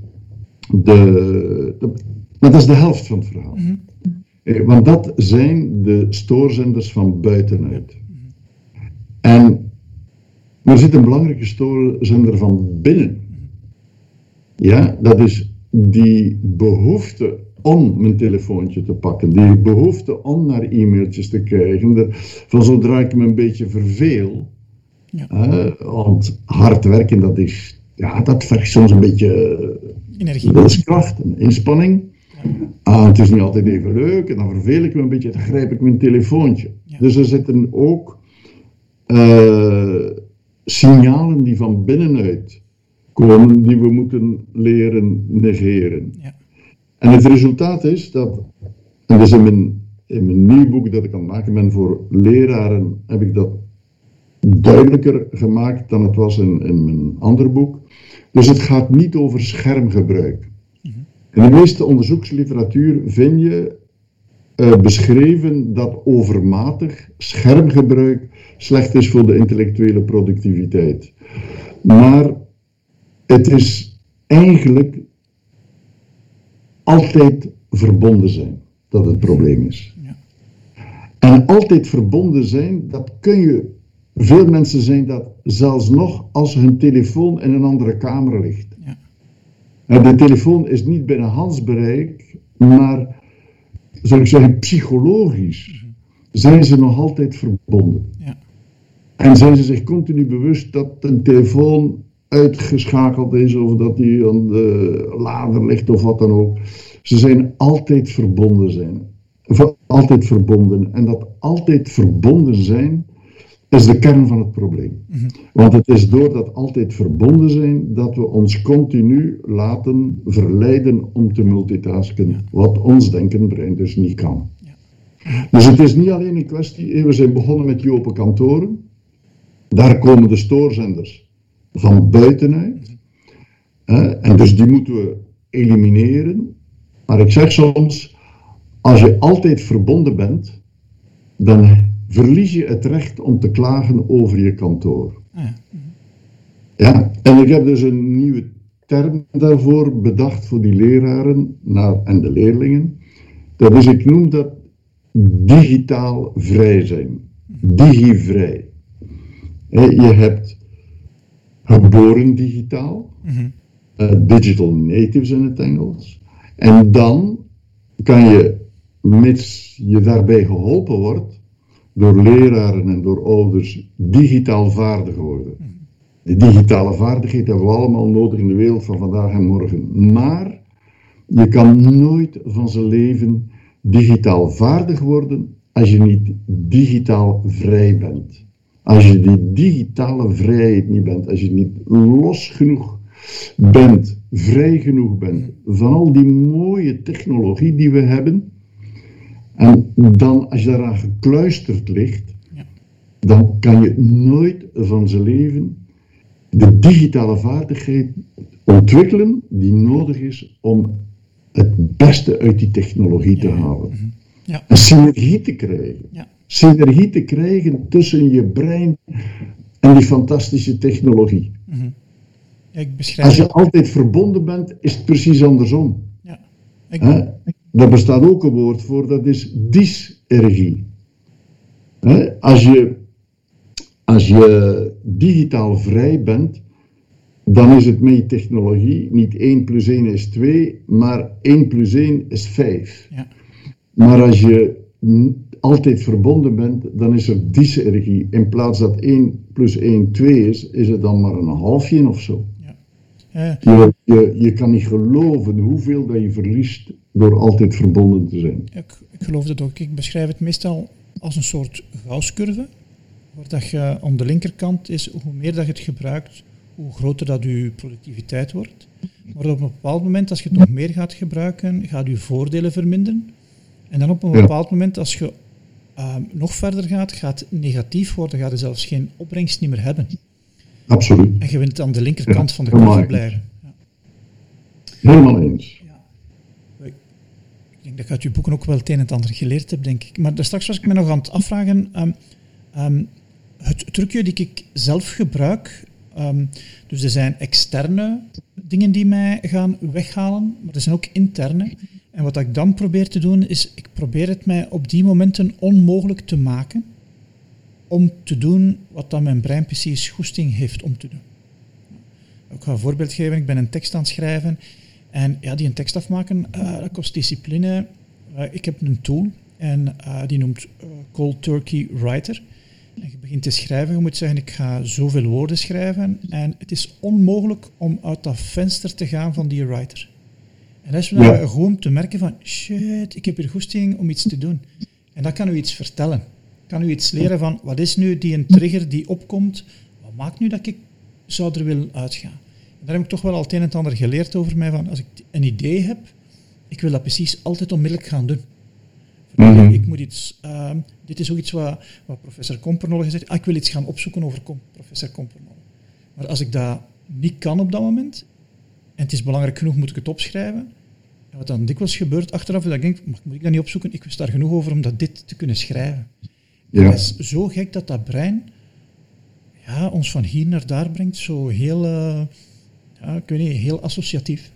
de, de, dat is de helft van het verhaal. Mm-hmm. Want dat zijn de stoorzenders van buitenuit. En er zit een belangrijke stoorzender van binnen. Ja, dat is die behoefte om mijn telefoontje te pakken, die behoefte om naar e-mailtjes te krijgen, van zodra ik me een beetje verveel, ja. uh, want hard werken, dat is, ja, dat vergt soms een beetje energie, wilskracht en inspanning. Ah, het is niet altijd even leuk en dan verveel ik me een beetje, dan grijp ik mijn telefoontje. Ja. Dus er zitten ook uh, signalen die van binnenuit komen, die we moeten leren negeren. Ja. En het resultaat is dat, en dus in mijn, in mijn nieuw boek dat ik aan het maken ben voor leraren, heb ik dat duidelijker gemaakt dan het was in, in mijn andere boek. Dus het gaat niet over schermgebruik. In de meeste onderzoeksliteratuur vind je uh, beschreven dat overmatig schermgebruik slecht is voor de intellectuele productiviteit. Maar het is eigenlijk altijd verbonden zijn dat het probleem is. Ja. En altijd verbonden zijn, dat kun je, veel mensen zijn dat zelfs nog als hun telefoon in een andere kamer ligt. Ja. De telefoon is niet binnen handsbereik, maar, zou ik zeggen, psychologisch zijn ze nog altijd verbonden. Ja. En zijn ze zich continu bewust dat een telefoon uitgeschakeld is of dat hij aan de lader ligt of wat dan ook. Ze zijn altijd verbonden zijn. Of altijd verbonden. En dat altijd verbonden zijn is de kern van het probleem. Mm-hmm. Want het is door dat altijd verbonden zijn dat we ons continu laten verleiden om te multitasken. Ja. Wat ons denkend brein dus niet kan. Ja. Dus het is niet alleen een kwestie, we zijn begonnen met die open kantoren. Daar komen de stoorzenders van buitenuit. Uh, en dus die moeten we elimineren. Maar ik zeg soms, als je altijd verbonden bent, dan verlies je het recht om te klagen over je kantoor. Ja. Ja, en ik heb dus een nieuwe term daarvoor bedacht voor die leraren nou, en de leerlingen. Dat is, ik noem dat digitaal vrij zijn. Digivrij. Je hebt geboren digitaal, mm-hmm. uh, digital natives in het Engels. En dan kan je, mits je daarbij geholpen wordt, door leraren en door ouders, digitaal vaardig worden. Mm-hmm. Die digitale vaardigheid hebben we allemaal nodig in de wereld van vandaag en morgen. Maar je kan nooit van zijn leven digitaal vaardig worden als je niet digitaal vrij bent. Als je die digitale vrijheid niet bent, als je niet los genoeg bent, vrij genoeg bent van al die mooie technologie die we hebben, en dan als je daaraan gekluisterd ligt, ja. dan kan je nooit van zijn leven de digitale vaardigheid ontwikkelen die nodig is om het beste uit die technologie te ja. halen. Mm-hmm. Ja. Een synergie te krijgen. Ja. Synergie te krijgen tussen je brein en die fantastische technologie. Mm-hmm. Ja, ik beschrijf... Als je altijd verbonden bent, is het precies andersom. Ja. Ik... He? Daar bestaat ook een woord voor, dat is dysergie. He? Als je, als je digitaal vrij bent, dan is het met technologie niet één plus één is twee, maar één plus één is vijf. Ja. Maar als je altijd verbonden bent, dan is er dysenergie. In plaats dat één plus één twee is, is het dan maar een halfje of zo. Ja. Uh, je, je, je kan niet geloven hoeveel dat je verliest door altijd verbonden te zijn. Ik, ik geloof dat ook. Ik beschrijf het meestal als een soort Gauss-curve, waar dat je aan de linkerkant is, hoe meer dat je het gebruikt, hoe groter dat je productiviteit wordt. Maar op een bepaald moment, als je het nog meer gaat gebruiken, gaat je voordelen verminderen. En dan op een bepaald ja. moment, als je uh, nog verder gaat, gaat het negatief worden, gaat je zelfs geen opbrengst niet meer hebben. Absoluut. En je wilt aan de linkerkant ja, van de curve blijven. Ja. Helemaal eens. Ja. Ik denk dat je uit je boeken ook wel het een en het ander geleerd hebt, denk ik. Maar daar straks was ik me nog aan het afvragen. Um, um, het trucje die ik zelf gebruik, um, dus er zijn externe dingen die mij gaan weghalen, maar er zijn ook interne. En wat ik dan probeer te doen, is ik probeer het mij op die momenten onmogelijk te maken om te doen wat dan mijn brein precies goesting heeft om te doen. Ik ga een voorbeeld geven. Ik ben een tekst aan het schrijven en ja, die een tekst afmaken, uh, dat kost discipline. Uh, ik heb een tool en uh, die noemt uh, Cold Turkey Writer. En je begint te schrijven, je moet zeggen, ik ga zoveel woorden schrijven en het is onmogelijk om uit dat venster te gaan van die writer. En dat is dan ja. gewoon te merken van, shit, ik heb hier goesting om iets te doen. En dat kan u iets vertellen. Kan u iets leren van, wat is nu die een trigger die opkomt? Wat maakt nu dat ik zou er willen uitgaan? En daar heb ik toch wel al het een en het ander geleerd over mij, van als ik een idee heb, ik wil dat precies altijd onmiddellijk gaan doen. Mm-hmm. Ik moet iets, uh, dit is ook iets wat, wat professor Kompernolle gezegd heeft, ah, ik wil iets gaan opzoeken over kom, professor Kompernolle. Maar als ik dat niet kan op dat moment, en het is belangrijk genoeg, moet ik het opschrijven. En wat dan dikwijls gebeurt achteraf, dat ik denk, moet ik dat niet opzoeken? Ik wist daar genoeg over om dat dit te kunnen schrijven. Ja. Het is zo gek dat dat brein ja, ons van hier naar daar brengt, zo heel, uh, ja, ik weet niet, heel associatief.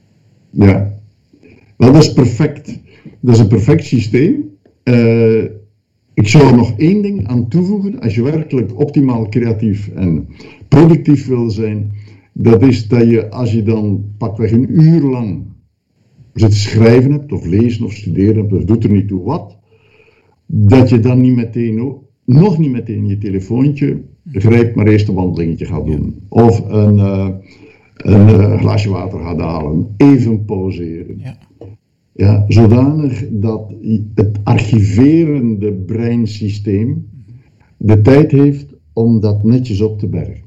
Ja, wel, dat is perfect. Dat is een perfect systeem. Uh, ik zou er nog één ding aan toevoegen. Als je werkelijk optimaal creatief en productief wil zijn, dat is dat je, als je dan pakweg een uur lang zit te schrijven hebt, of lezen of studeren hebt, of doet er niet toe wat, dat je dan niet meteen, nog niet meteen je telefoontje grijpt, maar eerst een wandelingetje gaat doen. Of een, uh, een uh, glaasje water gaat halen. Even pauzeren. Ja. Ja, zodanig dat het archiverende breinsysteem de tijd heeft om dat netjes op te bergen.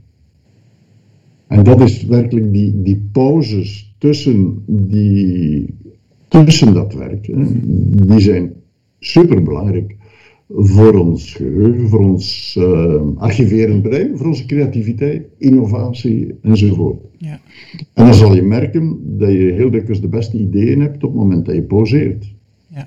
En dat is werkelijk die, die pauzes tussen, die, tussen dat werk, hè, die zijn superbelangrijk voor ons geheugen, voor ons uh, archiverend brein, voor onze creativiteit, innovatie enzovoort. Ja. En dan zal je merken dat je heel dikwijls de beste ideeën hebt op het moment dat je pauzeert. Ja.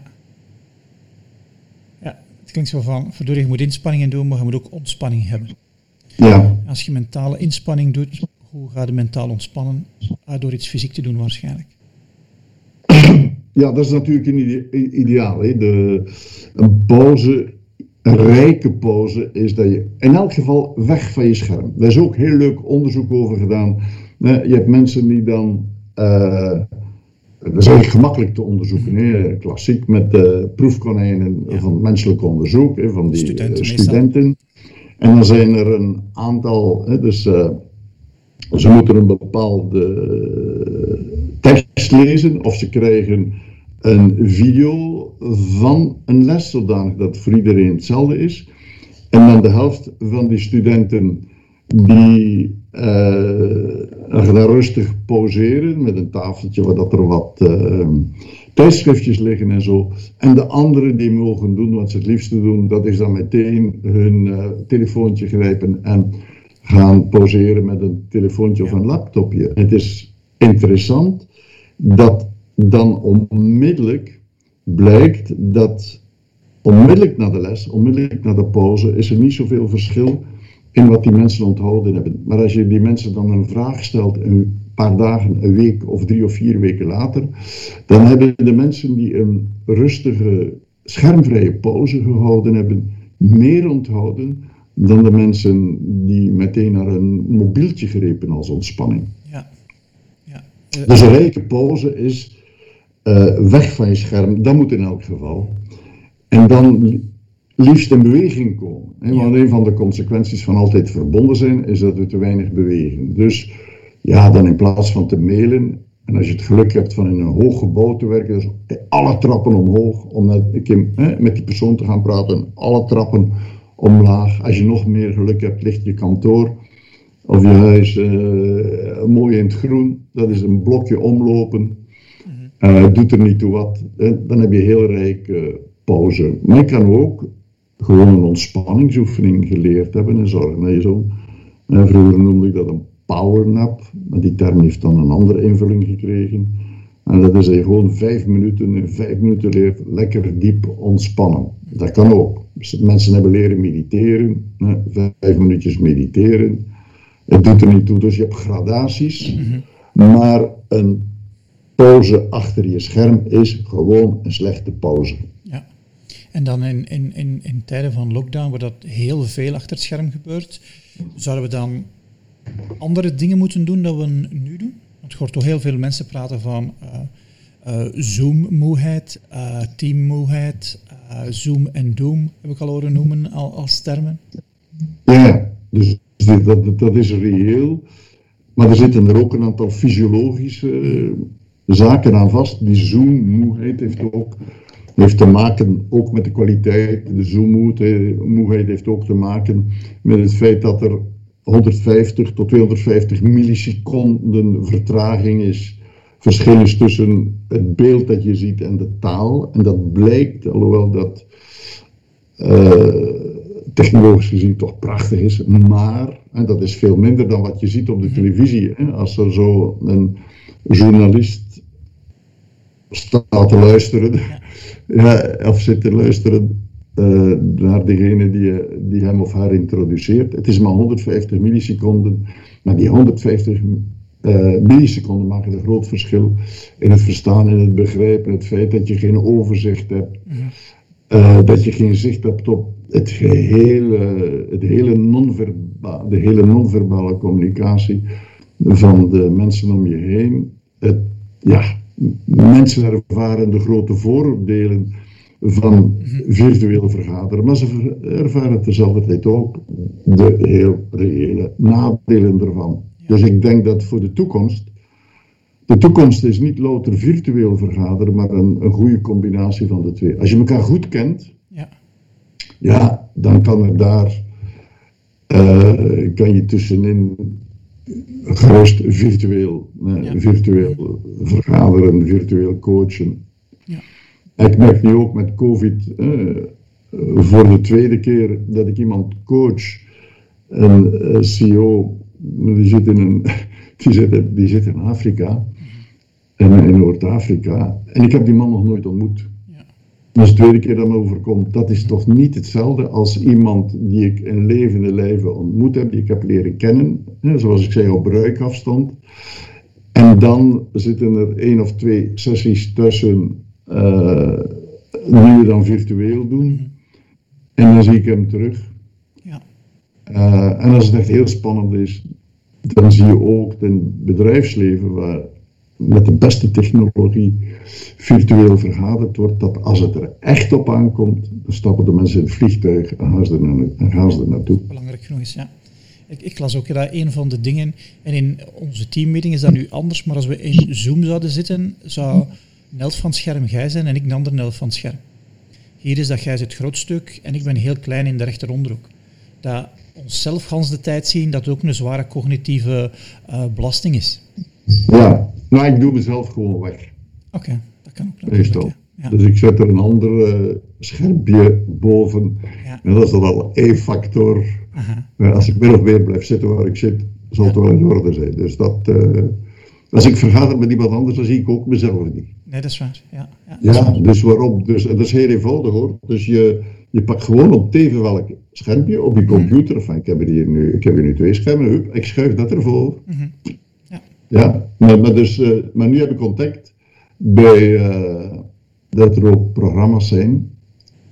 Ja, het klinkt zo van, verdorie, je moet inspanningen doen, maar je moet ook ontspanning hebben. Ja. Als je mentale inspanning doet, hoe ga je mentaal ontspannen? Ah, door iets fysiek te doen waarschijnlijk. Ja, dat is natuurlijk een ide- ideaal. Hè. De, een pauze, een rijke pauze, is dat je in elk geval weg van je scherm. Daar is ook heel leuk onderzoek over gedaan. Je hebt mensen die dan, uh, dat is eigenlijk gemakkelijk te onderzoeken, hè. Klassiek met uh, proefkonijnen ja. van menselijk onderzoek, hè, van die studenten. Uh, studenten. En dan zijn er een aantal, hè, dus uh, ze moeten een bepaalde tekst lezen of ze krijgen een video van een les, zodanig dat het voor iedereen hetzelfde is. En dan de helft van die studenten die uh, gaan rustig pauzeren met een tafeltje waar dat er wat uh, tijdschriftjes liggen en zo. En de anderen die mogen doen wat ze het liefste doen, dat is dan meteen hun uh, telefoontje grijpen en gaan pauzeren met een telefoontje of een laptopje. Het is interessant dat dan onmiddellijk blijkt dat onmiddellijk na de les, onmiddellijk na de pauze, is er niet zoveel verschil in wat die mensen onthouden hebben. Maar als je die mensen dan een vraag stelt een paar dagen, een week of drie of vier weken later, dan hebben de mensen die een rustige, schermvrije pauze gehouden hebben, meer onthouden dan de mensen die meteen naar een mobieltje grepen als ontspanning. Ja. Ja. Uh, dus een rijke pauze is uh, weg van je scherm, dat moet in elk geval. En dan liefst in beweging komen. Hè? Want een van de consequenties van altijd verbonden zijn, is dat we te weinig bewegen. Dus ja, dan in plaats van te mailen, en als je het geluk hebt van in een hoog gebouw te werken, dus alle trappen omhoog, om met, hè, met die persoon te gaan praten, alle trappen omlaag. Als je nog meer geluk hebt, ligt je kantoor of je huis uh, mooi in het groen. Dat is een blokje omlopen. Uh, doet er niet toe wat. Hè? Dan heb je heel rijk uh, pauze. Maar je kan ook gewoon een ontspanningsoefening geleerd hebben en zorgen dat je zo. Uh, vroeger noemde ik dat een powernap, maar die term heeft dan een andere invulling gekregen. En dat is dat je gewoon vijf minuten, in vijf minuten leert lekker diep ontspannen. Dat kan ook. Mensen hebben leren mediteren, hè, vijf minuutjes mediteren. Het doet er niet toe, dus je hebt gradaties. Mm-hmm. Maar een pauze achter je scherm is gewoon een slechte pauze. Ja. En dan in, in, in, in tijden van lockdown, waar dat heel veel achter het scherm gebeurt, zouden we dan andere dingen moeten doen dan we nu doen? Want je hoort toch heel veel mensen praten van uh, uh, Zoom-moeheid, uh, teammoeheid, uh, Zoom en Doom, heb ik al horen noemen al, als termen. Ja, dus dat, dat, dat is reëel. Maar er zitten er ook een aantal fysiologische uh, zaken aan vast. Die Zoom-moeheid heeft ook heeft te maken ook met de kwaliteit. De Zoom-moeheid heeft ook te maken met het feit dat er honderdvijftig tot tweehonderdvijftig milliseconden vertraging is. Verschil is tussen het beeld dat je ziet en de taal. En dat blijkt, alhoewel dat uh, technologisch gezien toch prachtig is, maar, en dat is veel minder dan wat je ziet op de televisie. Hè, als er zo een journalist staat te luisteren, ja, of zit te luisteren Uh, naar degene die, die hem of haar introduceert. Het is maar honderdvijftig milliseconden, maar die honderdvijftig uh, milliseconden maken een groot verschil in het verstaan, in het begrijpen, het feit dat je geen overzicht hebt, uh, dat je geen zicht hebt op het gehele, het hele non-verba- de hele non-verbale communicatie van de mensen om je heen. Het, ja, mensen ervaren de grote voordelen van virtueel vergaderen, maar ze ervaren tezelfde tijd ook de heel reële nadelen ervan. Ja. Dus ik denk dat voor de toekomst, de toekomst is niet louter virtueel vergaderen, maar een, een goede combinatie van de twee. Als je elkaar goed kent, ja, ja dan kan er daar, uh, kan je tussenin gerust virtueel, uh, ja. virtueel vergaderen, virtueel coachen. Ja. Ik merk nu ook met COVID, eh, voor de tweede keer dat ik iemand coach, een uh, C E O, die zit in, een, die zit, die zit in Afrika, in, in Noord-Afrika, en ik heb die man nog nooit ontmoet. Ja. Dat is de tweede keer dat me overkomt. Dat is toch niet hetzelfde als iemand die ik in levende lijven ontmoet heb, die ik heb leren kennen, hè, zoals ik zei, op bruikafstand. En dan zitten er één of twee sessies tussen. Uh, nu we dan virtueel doen, mm-hmm. en dan zie ik hem terug. Ja. Uh, en als het echt heel spannend is, dan zie je ook het bedrijfsleven waar met de beste technologie virtueel vergaderd wordt, dat als het er echt op aankomt, dan stappen de mensen in het vliegtuig en gaan ze er, na- en gaan ze er naartoe. Belangrijk genoeg is, ja. Ik, ik las ook dat een van de dingen, en in onze teammeeting is dat nu anders, maar als we in Zoom zouden zitten, zou een helft van het scherm jij zijn en ik een andere helft van het scherm. Hier is dat jij het groot stuk en ik ben heel klein in de rechteronderhoek. Dat onszelf gans de tijd zien, dat ook een zware cognitieve uh, belasting is. Ja, nou ik doe mezelf gewoon weg. Oké, okay, dat kan ook natuurlijk. Ja. Dus ik zet er een ander uh, schermpje boven. Ja. En dat is dan al één factor. Uh, als ik min of meer blijf zitten waar ik zit, zal het ja. wel in orde zijn. Dus dat... Uh, Als ik vergader met iemand anders, dan zie ik ook mezelf niet. Nee, dat is waar. Ja, ja, ja waar. Dus waarom? Dus, dat is heel eenvoudig hoor. Dus je, je pakt gewoon op teven welk schermpje op je computer. Enfin, ik heb hier nu, ik heb hier nu twee schermen. Hup, ik schuif dat ervoor. Mm-hmm. Ja, ja maar, maar, dus, uh, maar nu heb ik ontdekt bij, uh, dat er ook programma's zijn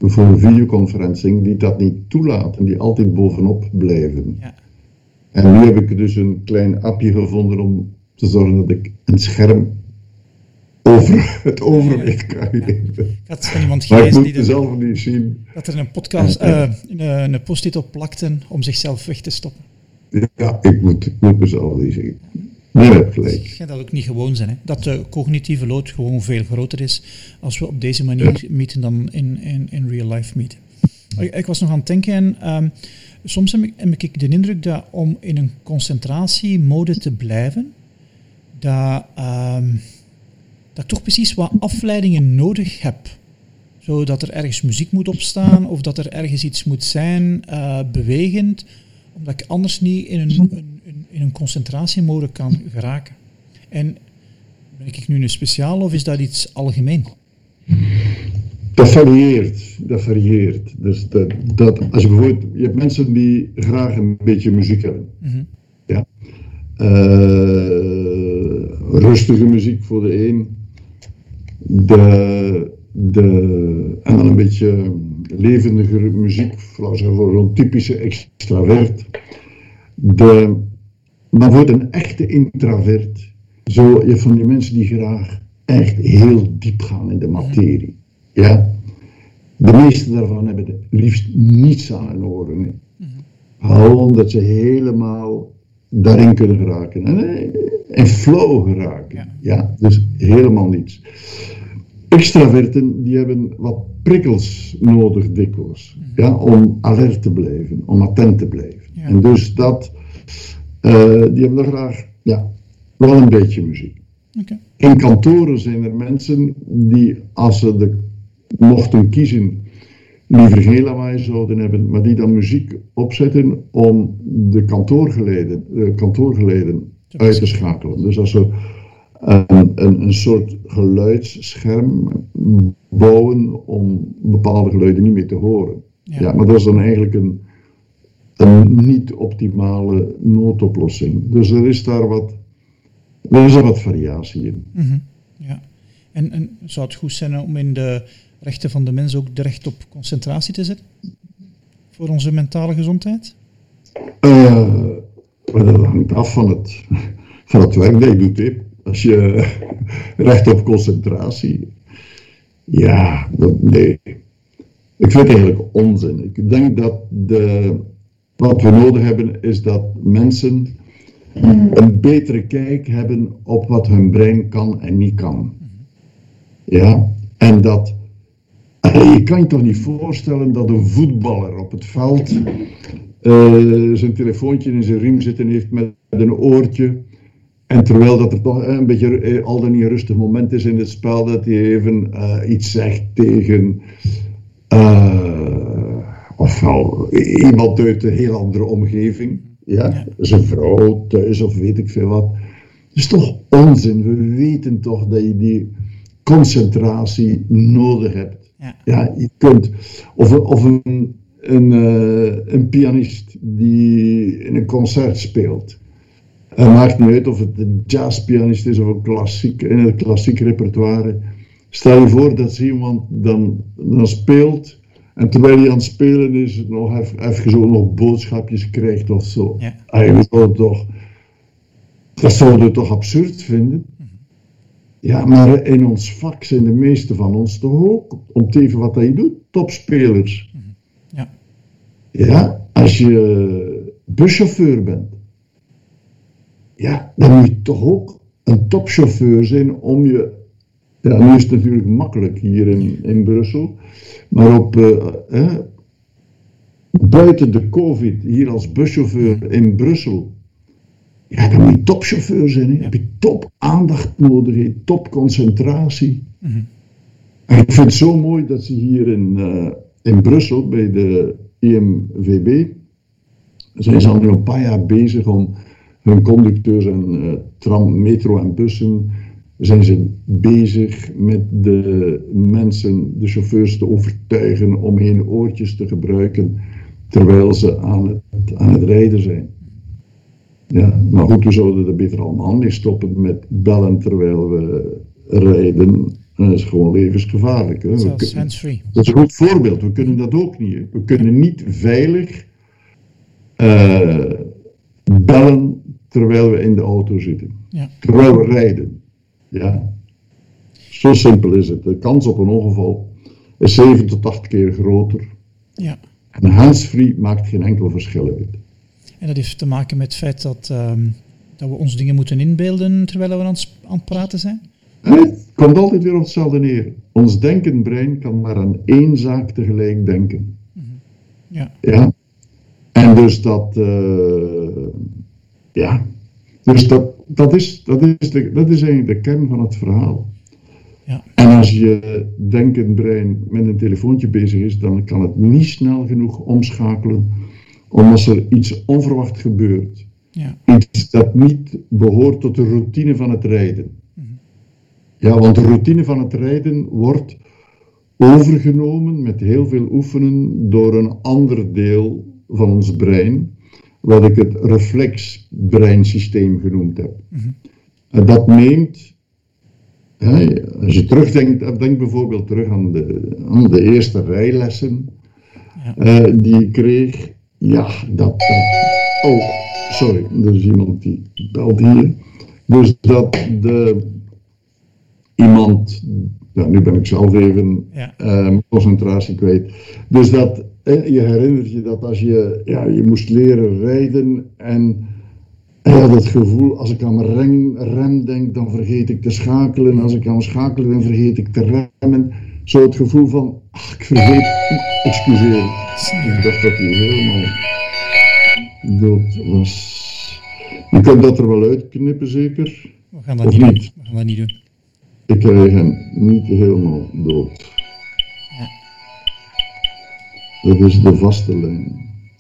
voor een videoconferencing die dat niet toelaten, die altijd bovenop blijven. Ja. En nu heb ik dus een klein appje gevonden om te zorgen dat ik een scherm over het overwicht kan geven. Ja. Ik had van iemand Maar ik gelezen moet die zelf niet zien. dat er een podcast, uh, een, een post-it op plakten om zichzelf weg te stoppen. Ja, ik moet, ik moet mezelf niet zien. Nee, dat heb gelijk. Het gaat dat ook niet gewoon zijn, hè? Dat de cognitieve load gewoon veel groter is als we op deze manier ja. meeten dan in, in, in real life meeten. Ik, ik was nog aan het denken, um, soms heb ik, heb ik de indruk dat om in een concentratiemode te blijven, dat, um, dat ik toch precies wat afleidingen nodig heb. Zodat er ergens muziek moet opstaan of dat er ergens iets moet zijn, uh, bewegend, omdat ik anders niet in een, een, een, in een concentratiemode kan geraken. En ben ik nu een speciaal of is dat iets algemeen? Dat varieert, dat varieert. Dus dat, dat, als je bijvoorbeeld, je hebt mensen die graag een beetje muziek hebben. Mm-hmm. Ja. Uh, rustige muziek voor de een. De, de, en dan een beetje levendigere muziek, voor zo'n typische extravert. De, maar voor een echte introvert, zo, je hebt van die mensen die graag echt heel diep gaan in de materie. Ja? De meeste daarvan hebben het liefst niets aan hun oren. Hè. Gewoon dat ze helemaal daarin kunnen geraken. En in flow geraken. Ja. Ja, dus helemaal niets. Extraverten die hebben wat prikkels nodig dikwijls. Ja, om alert te blijven, om attent te blijven. Ja. En dus dat, uh, die hebben dan graag ja, wel een beetje muziek. Okay. In kantoren zijn er mensen die, als ze de, mochten kiezen, liever geen lawaai zouden hebben, maar die dan muziek opzetten om de kantoorgeleden, de kantoorgeleden uit te schakelen. Dus als ze een, een, een soort geluidsscherm bouwen om bepaalde geluiden niet meer te horen. Ja. Ja, maar dat is dan eigenlijk een, een niet-optimale noodoplossing. Dus er is daar wat, er is daar wat variatie in. Mm-hmm. Ja. En, en zou het goed zijn om in de rechten van de mens ook de recht op concentratie te zetten? Voor onze mentale gezondheid? Uh, maar dat hangt af van het, van het werk dat je doet. Hè. Als je recht op concentratie... Ja, dat, nee. Ik vind het eigenlijk onzin. Ik denk dat de, wat we nodig hebben is dat mensen een betere kijk hebben op wat hun brein kan en niet kan. Ja, en dat... Je kan je toch niet voorstellen dat een voetballer op het veld uh, zijn telefoontje in zijn riem zitten heeft met een oortje. En terwijl dat er toch een beetje al dan niet een rustig moment is in het spel, dat hij even uh, iets zegt tegen uh, ofwel iemand uit een heel andere omgeving. Ja, zijn vrouw thuis of weet ik veel wat. Dat is toch onzin. We weten toch dat je die concentratie nodig hebt. Ja, ja je kunt. Of, of een, een, uh, een pianist die in een concert speelt. Het maakt niet uit of het een jazzpianist is of een klassiek, in het klassiek repertoire. Stel je voor dat ze iemand dan, dan speelt en terwijl hij aan het spelen is, nog even, even zo nog boodschapjes krijgt of zo. Ja. Ah, je zou toch, dat zouden we toch absurd vinden? Ja, maar in ons vak zijn de meeste van ons toch ook, om te even wat je doet, topspelers. Ja. Ja, als je buschauffeur bent, ja, dan moet je toch ook een topchauffeur zijn om je... Ja, nu is het natuurlijk makkelijk hier in, in Brussel, maar op, uh, eh, buiten de COVID, hier als buschauffeur in Brussel, ja, dan moet je topchauffeur zijn. Hè. Dan heb je top aandacht nodig, hè. Top concentratie. Mm-hmm. En ik vind het zo mooi dat ze hier in, uh, in Brussel, bij de I M V B, zijn ze al nu een paar jaar bezig om hun conducteurs en uh, tram, metro en bussen, zijn ze bezig met de mensen, de chauffeurs te overtuigen om geen oortjes te gebruiken terwijl ze aan het, aan het rijden zijn. Ja, maar goed, we zouden er beter allemaal mee stoppen met bellen terwijl we rijden. En dat is gewoon levensgevaarlijk. Hè. Zelfs kunnen, hands-free. dat is een goed voorbeeld. We kunnen dat ook niet. Hè. We kunnen niet veilig uh, bellen terwijl we in de auto zitten. Ja. Terwijl we rijden. Ja. Zo simpel is het. De kans op een ongeval is zeven tot acht keer groter. Ja. En hands-free maakt geen enkel verschil uit. En dat heeft te maken met het feit dat, um, dat we ons dingen moeten inbeelden terwijl we aan het, aan het praten zijn? Het komt altijd weer op hetzelfde neer. Ons denkend brein kan maar aan één zaak tegelijk denken. Mm-hmm. Ja. Ja. En dus dat... Uh, ja... Dus dat, dat, is, dat, is de, dat is eigenlijk de kern van het verhaal. Ja. En als je denkend brein met een telefoontje bezig is, dan kan het niet snel genoeg omschakelen, omdat er iets onverwacht gebeurt. Ja. Iets dat niet behoort tot de routine van het rijden. Mm-hmm. Ja, want de routine van het rijden wordt overgenomen met heel veel oefenen door een ander deel van ons brein, wat ik het reflexbreinsysteem genoemd heb. Mm-hmm. En dat neemt, hè, als je terugdenkt, denk bijvoorbeeld terug aan de, aan de eerste rijlessen ja. uh, die ik kreeg. Ja, dat, dat... Oh, sorry, er is iemand die belt hier. Dus dat de, iemand, ja, nu ben ik zelf even ja. uh, concentratie kwijt. Dus dat... Je herinnert je dat als je, ja, je moest leren rijden en je had het gevoel, als ik aan mijn rem, rem denk, dan vergeet ik te schakelen. Als ik aan schakelen, dan vergeet ik te remmen. Zo het gevoel van, ach, ik vergeet, excuseer. Ik dacht dat hij helemaal dood was. Je kunt dat er wel uitknippen, zeker? We gaan dat, of niet, niet? We gaan dat niet doen. Ik krijg hem niet helemaal dood. Dat is de vaste lijn.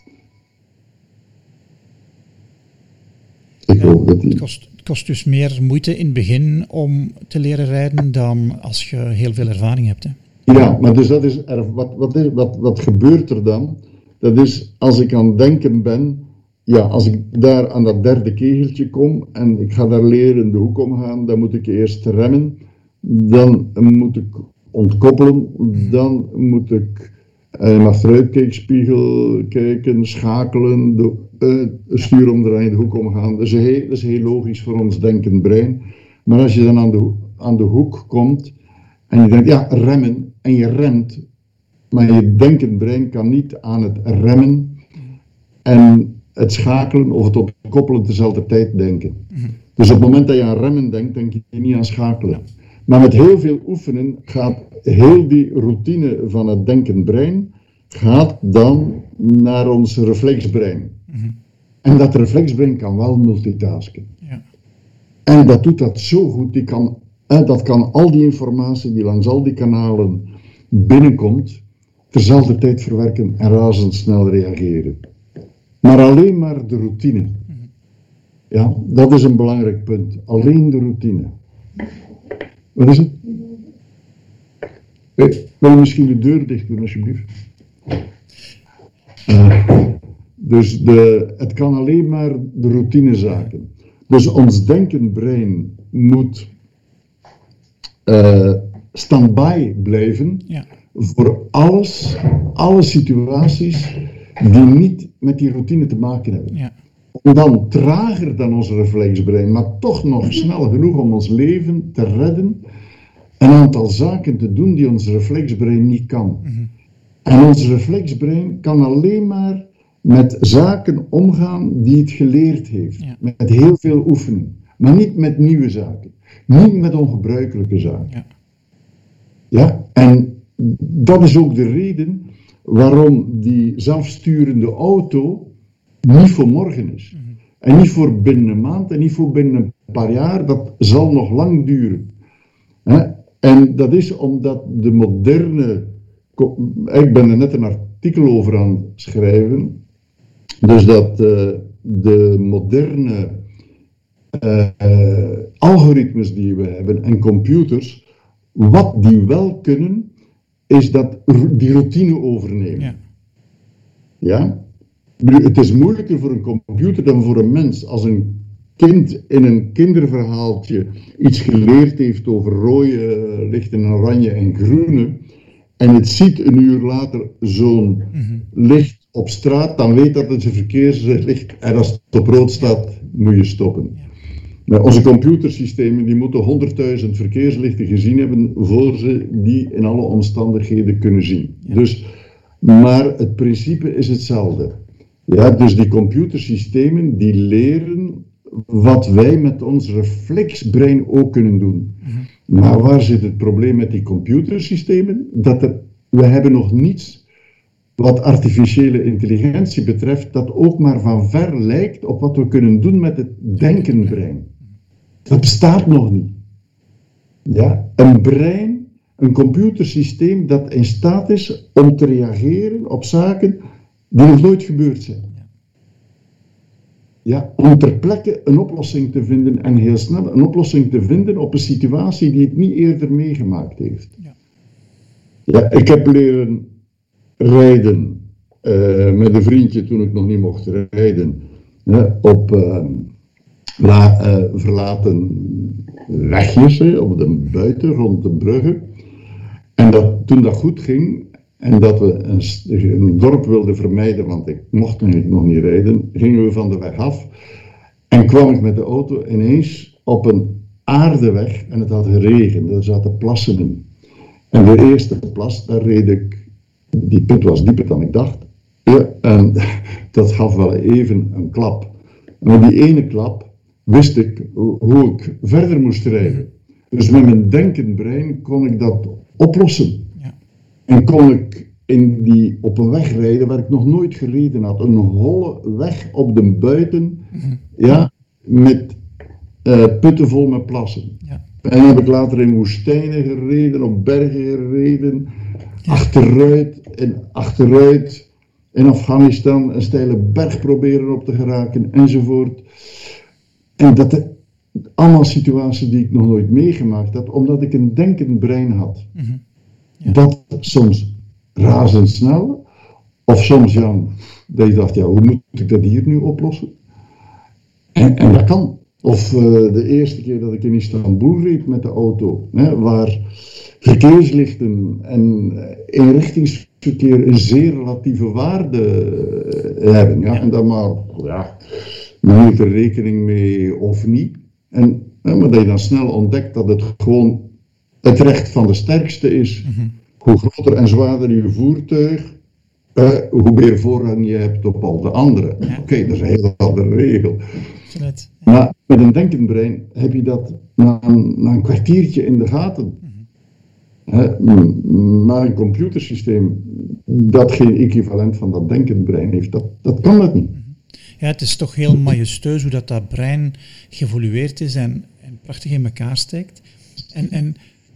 Ik ja, hoop dat die... het, kost, het kost dus meer moeite in het begin om te leren rijden dan als je heel veel ervaring hebt. Hè? Ja, maar dus dat is er, wat, wat, is, wat, wat gebeurt er dan? Dat is als ik aan het denken ben, ja, als ik daar aan dat derde kegeltje kom en ik ga daar leren de hoek omgaan, dan moet ik eerst remmen, dan moet ik ontkoppelen, dan moet ik in mijn achteruitkijkspiegel kijken, schakelen, de, uh, stuur omdraaien, de hoek omgaan. Dat is, heel, dat is heel logisch voor ons denkend brein. Maar als je dan aan de, aan de hoek komt en je denkt, ja, remmen, en je remt, maar je denkend brein kan niet aan het remmen en het schakelen of het ontkoppelen dezelfde tijd denken. Dus op het moment dat je aan remmen denkt, denk je niet aan schakelen. Maar met heel veel oefenen gaat heel die routine van het denkend brein gaat dan naar ons reflexbrein. Mm-hmm. En dat reflexbrein kan wel multitasken. Ja. En dat doet dat zo goed, die kan, eh, dat kan al die informatie die langs al die kanalen binnenkomt, terzelfde tijd verwerken en razendsnel reageren. Maar alleen maar de routine. Mm-hmm. Ja, dat is een belangrijk punt. Alleen de routine. Wat is het? Hey, wil je misschien de deur dicht doen, alsjeblieft? Uh, dus de, het kan alleen maar de routinezaken. Dus ons denkend brein moet uh, stand-by blijven ja. voor alles, alle situaties die niet met die routine te maken hebben. Ja. En dan trager dan ons reflexbrein, maar toch nog snel genoeg om ons leven te redden, een aantal zaken te doen die ons reflexbrein niet kan. Mm-hmm. En ons reflexbrein kan alleen maar met zaken omgaan die het geleerd heeft. Ja. Met heel veel oefenen. Maar niet met nieuwe zaken. Niet met ongebruikelijke zaken. Ja. Ja? En dat is ook de reden waarom die zelfsturende auto niet voor morgen is. Mm-hmm. En niet voor binnen een maand en niet voor binnen een paar jaar. Dat zal nog lang duren. Hè? En dat is omdat de moderne... Ik ben er net een artikel over aan het schrijven. Dus dat uh, de moderne uh, uh, algoritmes die we hebben en computers, wat die wel kunnen, is dat die routine overnemen. Ja? Ja? Het is moeilijker voor een computer dan voor een mens. Als een kind in een kinderverhaaltje iets geleerd heeft over rode lichten, oranje en groene, en het ziet een uur later zo'n mm-hmm. licht op straat, dan weet dat het een verkeerslicht en als het op rood staat, moet je stoppen. Ja. Nou, onze computersystemen die moeten honderdduizend verkeerslichten gezien hebben voor ze die in alle omstandigheden kunnen zien. Ja. Dus, maar het principe is hetzelfde. Ja, dus die computersystemen die leren wat wij met ons reflexbrein ook kunnen doen. Mm-hmm. Maar waar zit het probleem met die computersystemen? Dat er, we hebben nog niets wat artificiële intelligentie betreft, dat ook maar van ver lijkt op wat we kunnen doen met het denkenbrein. Dat bestaat nog niet. Ja, een brein, een computersysteem dat in staat is om te reageren op zaken die nog nooit gebeurd zijn. Ja, om ter plekke een oplossing te vinden en heel snel een oplossing te vinden op een situatie die het niet eerder meegemaakt heeft. Ja, ja ik heb leren rijden uh, met een vriendje toen ik nog niet mocht rijden, ja, op uh, la, uh, verlaten wegjes, hè, op de buiten, rond de bruggen. En dat, toen dat goed ging en dat we een, een dorp wilden vermijden, want ik mocht nog niet rijden, gingen we van de weg af en kwam ik met de auto ineens op een aardeweg en het had geregend, er zaten plassen in. En de eerste plas, daar reed ik, die put was dieper dan ik dacht, ja, en dat gaf wel even een klap. En met die ene klap wist ik hoe ik verder moest rijden. Dus met mijn denkend brein kon ik dat oplossen. Ja. En kon ik in die, op een weg rijden waar ik nog nooit gereden had. Een holle weg op de buiten, mm-hmm. ja, met uh, putten vol met plassen. Ja. En dan heb ik later in woestijnen gereden, op bergen gereden, ja. achteruit en achteruit in Afghanistan een steile berg proberen op te geraken enzovoort. En dat de, allemaal situaties die ik nog nooit meegemaakt had, omdat ik een denkend brein had. Mm-hmm. Ja. Dat soms razendsnel, of soms ja, dat je dacht, ja, hoe moet ik dat hier nu oplossen? En, en dat kan. Of uh, de eerste keer dat ik in Istanbul reed met de auto, hè, waar verkeerslichten en eenrichtingsverkeer een zeer relatieve waarde uh, hebben. Ja, ja. En dan maar, ja, men hield er rekening mee of niet. En, hè, maar dat je dan snel ontdekt dat het gewoon het recht van de sterkste is. Mm-hmm. Hoe groter en zwaarder je voertuig, uh, hoe meer voorrang je hebt op al de anderen. Ja. Oké, okay, dat is een heel andere regel. Net, ja. Maar met een denkend brein heb je dat na een, na een kwartiertje in de gaten. Mm-hmm. He, maar een computersysteem dat geen equivalent van dat denkend brein heeft, dat, dat kan dat niet. Ja, het is toch heel majestueus hoe dat, dat brein geëvolueerd is en, en prachtig in elkaar steekt. En, en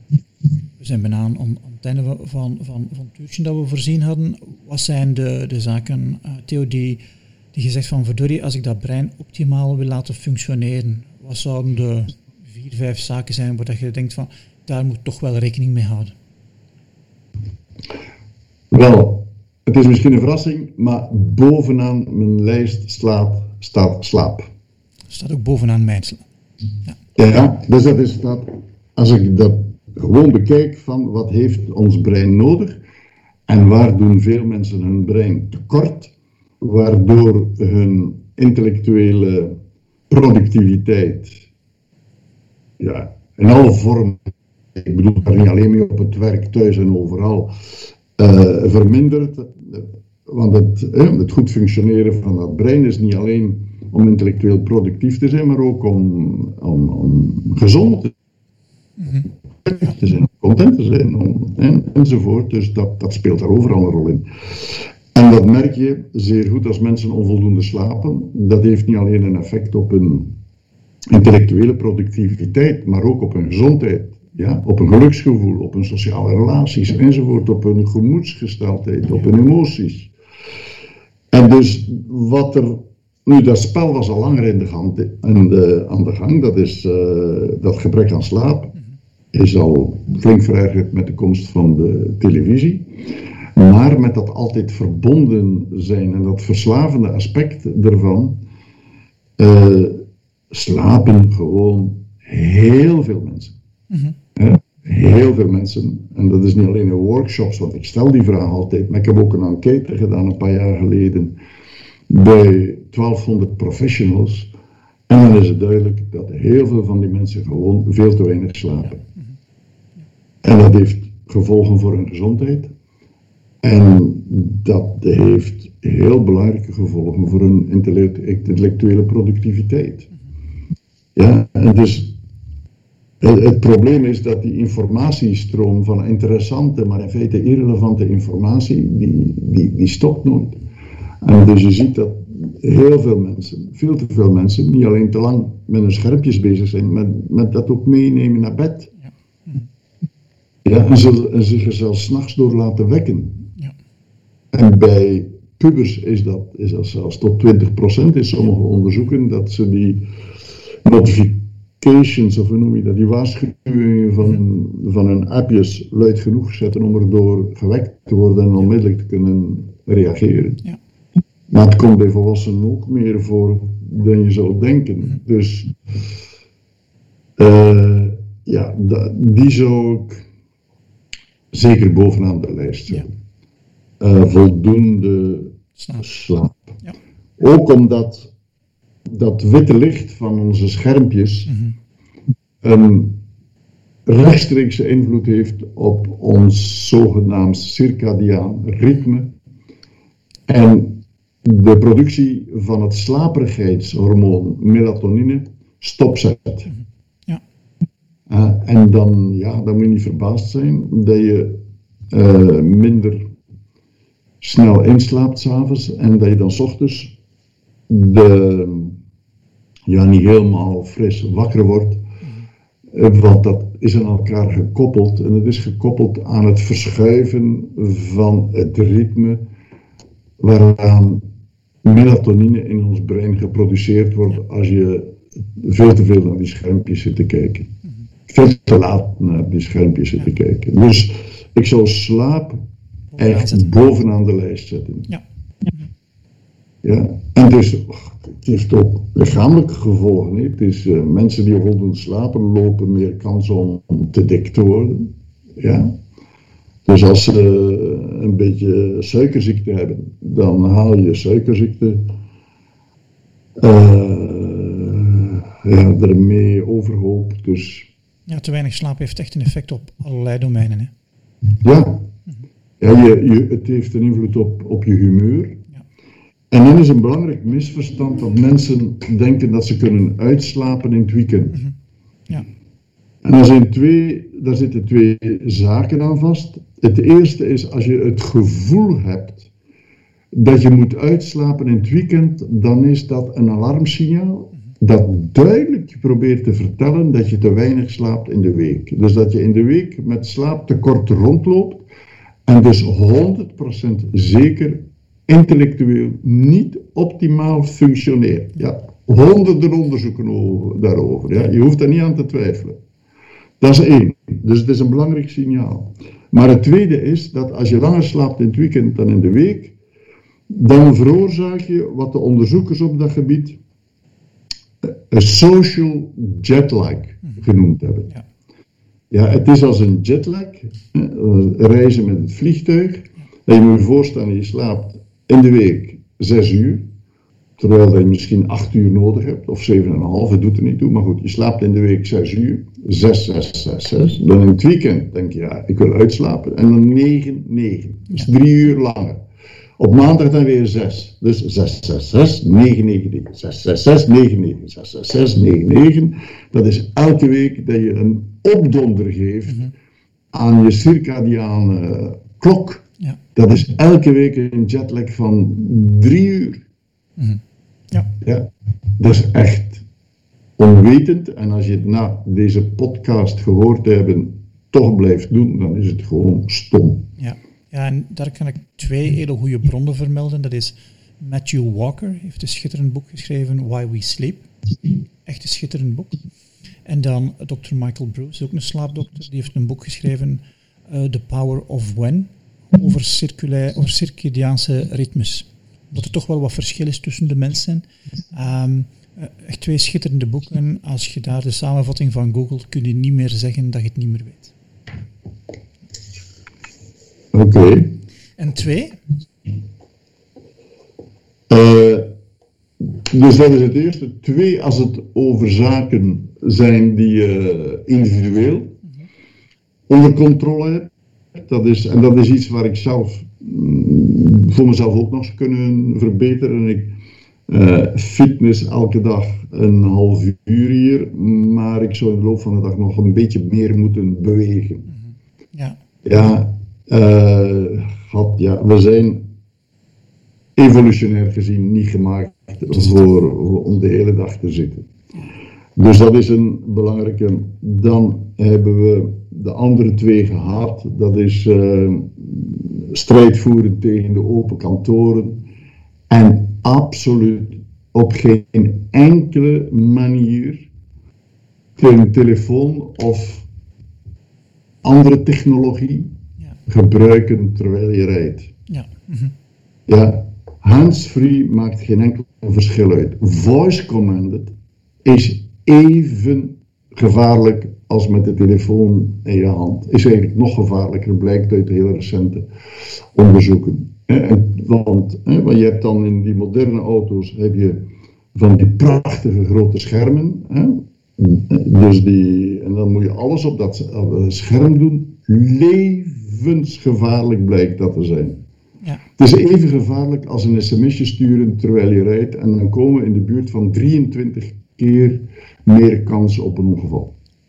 we zijn bijna aan, aan het einde van, van, van, van het uurtje dat we voorzien hadden. Wat zijn de, de zaken, uh, Theo, die... die gezegd van, verdorie, als ik dat brein optimaal wil laten functioneren, wat zouden de vier, vijf zaken zijn waar je denkt van, daar moet toch wel rekening mee houden? Wel, het is misschien een verrassing, maar bovenaan mijn lijst slaat, staat slaap. Staat ook bovenaan mijn slaap. Ja. ja, dus dat is dat, als ik dat gewoon bekijk van, wat heeft ons brein nodig en waar doen veel mensen hun brein tekort, waardoor hun intellectuele productiviteit, ja, in alle vormen, ik bedoel daar niet alleen mee op het werk, thuis en overal, uh, vermindert. Want het, eh, het goed functioneren van dat brein is niet alleen om intellectueel productief te zijn, maar ook om, om, om gezond te zijn, om content te zijn, om, en, enzovoort. Dus dat, dat speelt daar overal een rol in. En dat merk je zeer goed als mensen onvoldoende slapen. Dat heeft niet alleen een effect op hun intellectuele productiviteit, maar ook op hun gezondheid, ja? Op hun geluksgevoel, op hun sociale relaties enzovoort, op hun gemoedsgesteldheid, op hun emoties. En dus wat er... Nu, dat spel was al langer in de gang, in de, aan de gang, dat is uh, dat gebrek aan slaap, is al flink verergerd met de komst van de televisie. Maar met dat altijd verbonden zijn en dat verslavende aspect ervan, uh, slapen gewoon heel veel mensen. Mm-hmm. Ja, heel veel mensen. En dat is niet alleen in workshops, want ik stel die vraag altijd. Maar ik heb ook een enquête gedaan een paar jaar geleden bij twaalfhonderd professionals. En dan is het duidelijk dat heel veel van die mensen gewoon veel te weinig slapen. En dat heeft gevolgen voor hun gezondheid. En dat heeft heel belangrijke gevolgen voor hun intellectuele productiviteit. Ja, en dus het, het probleem is dat die informatiestroom van interessante, maar in feite irrelevante informatie, die, die, die stopt nooit. En dus je ziet dat heel veel mensen, veel te veel mensen, niet alleen te lang met hun schermpjes bezig zijn, maar met dat ook meenemen naar bed. Ja. Ja, en, ze, en zich er zelfs 's nachts door laten wekken. Ja. En bij pubers is dat, is dat zelfs tot twintig procent in sommige onderzoeken, dat ze die notifications, of hoe noem je dat, die waarschuwingen van, van hun appjes luid genoeg zetten om erdoor gewekt te worden en onmiddellijk te kunnen reageren. Ja. Maar het komt bij volwassenen ook meer voor dan je zou denken. Mm-hmm. Dus uh, ja, da, die zou ik zeker bovenaan de lijst zetten. Ja. Uh, voldoende slaap. slaap. Ja. Ook omdat dat witte licht van onze schermpjes mm-hmm. een rechtstreekse invloed heeft op ons zogenaamd circadiaan ritme en de productie van het slaperigheidshormoon melatonine stopzet. Mm-hmm. Ja. Uh, en dan, ja, dan moet je niet verbaasd zijn dat je uh, minder snel inslaapt 's avonds en dat je dan 's ochtends de, ja, niet helemaal fris wakker wordt. Mm-hmm. Want dat is aan elkaar gekoppeld en het is gekoppeld aan het verschuiven van het ritme waaraan melatonine in ons brein geproduceerd wordt als je veel te veel naar die schermpjes zit te kijken. Mm-hmm. Veel te laat naar die schermpjes zit ja. te kijken. Dus ik zou slaap echt zetten. bovenaan de lijst zetten. Ja. Ja. En dus, het heeft ook lichamelijke gevolgen. Hè. Het is uh, mensen die voldoende slapen lopen meer kans om te dik te worden. Ja. Dus als ze uh, een beetje suikerziekte hebben, dan haal je suikerziekte uh, ja, ermee overhoop. Dus, ja, te weinig slaap heeft echt een effect op allerlei domeinen. Hè? Ja, ja je, je, het heeft een invloed op, op je humeur. Ja. En dan is een belangrijk misverstand dat mensen denken dat ze kunnen uitslapen in het weekend. Mm-hmm. Ja. En er zijn twee, daar zitten twee zaken aan vast. Het eerste is, als je het gevoel hebt dat je moet uitslapen in het weekend, dan is dat een alarmsignaal dat duidelijk probeert te vertellen dat je te weinig slaapt in de week. Dus dat je in de week met slaaptekort rondloopt en dus honderd procent zeker intellectueel niet optimaal functioneert. Ja, honderden onderzoeken over, daarover. Ja. Je hoeft daar niet aan te twijfelen. Dat is één. Dus het is een belangrijk signaal. Maar het tweede is dat als je langer slaapt in het weekend dan in de week, dan veroorzaak je wat de onderzoekers op dat gebied een social jetlag genoemd hebben. Ja. Ja, het is als een jetlag, reizen met het vliegtuig. En je moet je voorstellen, je slaapt in de week zes uur, terwijl je misschien acht uur nodig hebt, of zeven en een half, het doet er niet toe, maar goed, je slaapt in de week zes uur, zes, zes, zes, zes. Dan in het weekend denk je, ja, ik wil uitslapen, en dan negen, negen. Dus drie uur langer. Op maandag dan weer zes. Dus zes, zes, zes, negen, negen, negen. zes, zes, zes, negen, negen. zes, zes, zes, negen, negen. Dat is elke week dat je een opdonder geeft mm-hmm. aan je circadiane klok. Ja. Dat is elke week een jetlag van drie uur. Mm-hmm. Ja. Ja. Dat is echt onwetend. En als je het na deze podcast gehoord te hebben toch blijft doen, dan is het gewoon stom. Ja. Ja, en daar kan ik twee hele goede bronnen vermelden. Dat is Matthew Walker, heeft een schitterend boek geschreven, Why We Sleep. Echt een schitterend boek. En dan dokter Michael Breus, ook een slaapdokter, die heeft een boek geschreven, uh, The Power of When, over, circula- over circadiaanse ritmes. Dat er toch wel wat verschil is tussen de mensen. Um, Uh, echt twee schitterende boeken. Als je daar de samenvatting van googelt, kun je niet meer zeggen dat je het niet meer weet. Oké. Okay. En twee? Uh, dus dat is het eerste. Twee, als het over zaken zijn die je uh, individueel mm-hmm. onder controle hebt. Dat is, en dat is iets waar ik zelf mm, voor mezelf ook nog zou kunnen verbeteren. Ik uh, fitness elke dag een half uur hier, maar ik zou in de loop van de dag nog een beetje meer moeten bewegen. Mm-hmm. Ja. Ja, uh, had, ja, we zijn evolutionair gezien niet gemaakt voor, om de hele dag te zitten. Dus dat is een belangrijke. Dan hebben we de andere twee gehad. Dat is uh, strijd voeren tegen de open kantoren. En absoluut op geen enkele manier een telefoon of andere technologie ja. gebruiken terwijl je rijdt. Ja. Mm-hmm. Ja, hands-free maakt geen enkel verschil uit. Voice-commanded is even gevaarlijk als met de telefoon in je hand. Is eigenlijk nog gevaarlijker, blijkt uit hele recente onderzoeken. Want, want je hebt dan in die moderne auto's heb je van die prachtige grote schermen. Dus die, en dan moet je alles op dat scherm doen. Levensgevaarlijk blijkt dat te zijn. Ja. Het is even gevaarlijk als een sms'je sturen terwijl je rijdt en dan komen we in de buurt van drieëntwintig keer meer kans op een ongeval.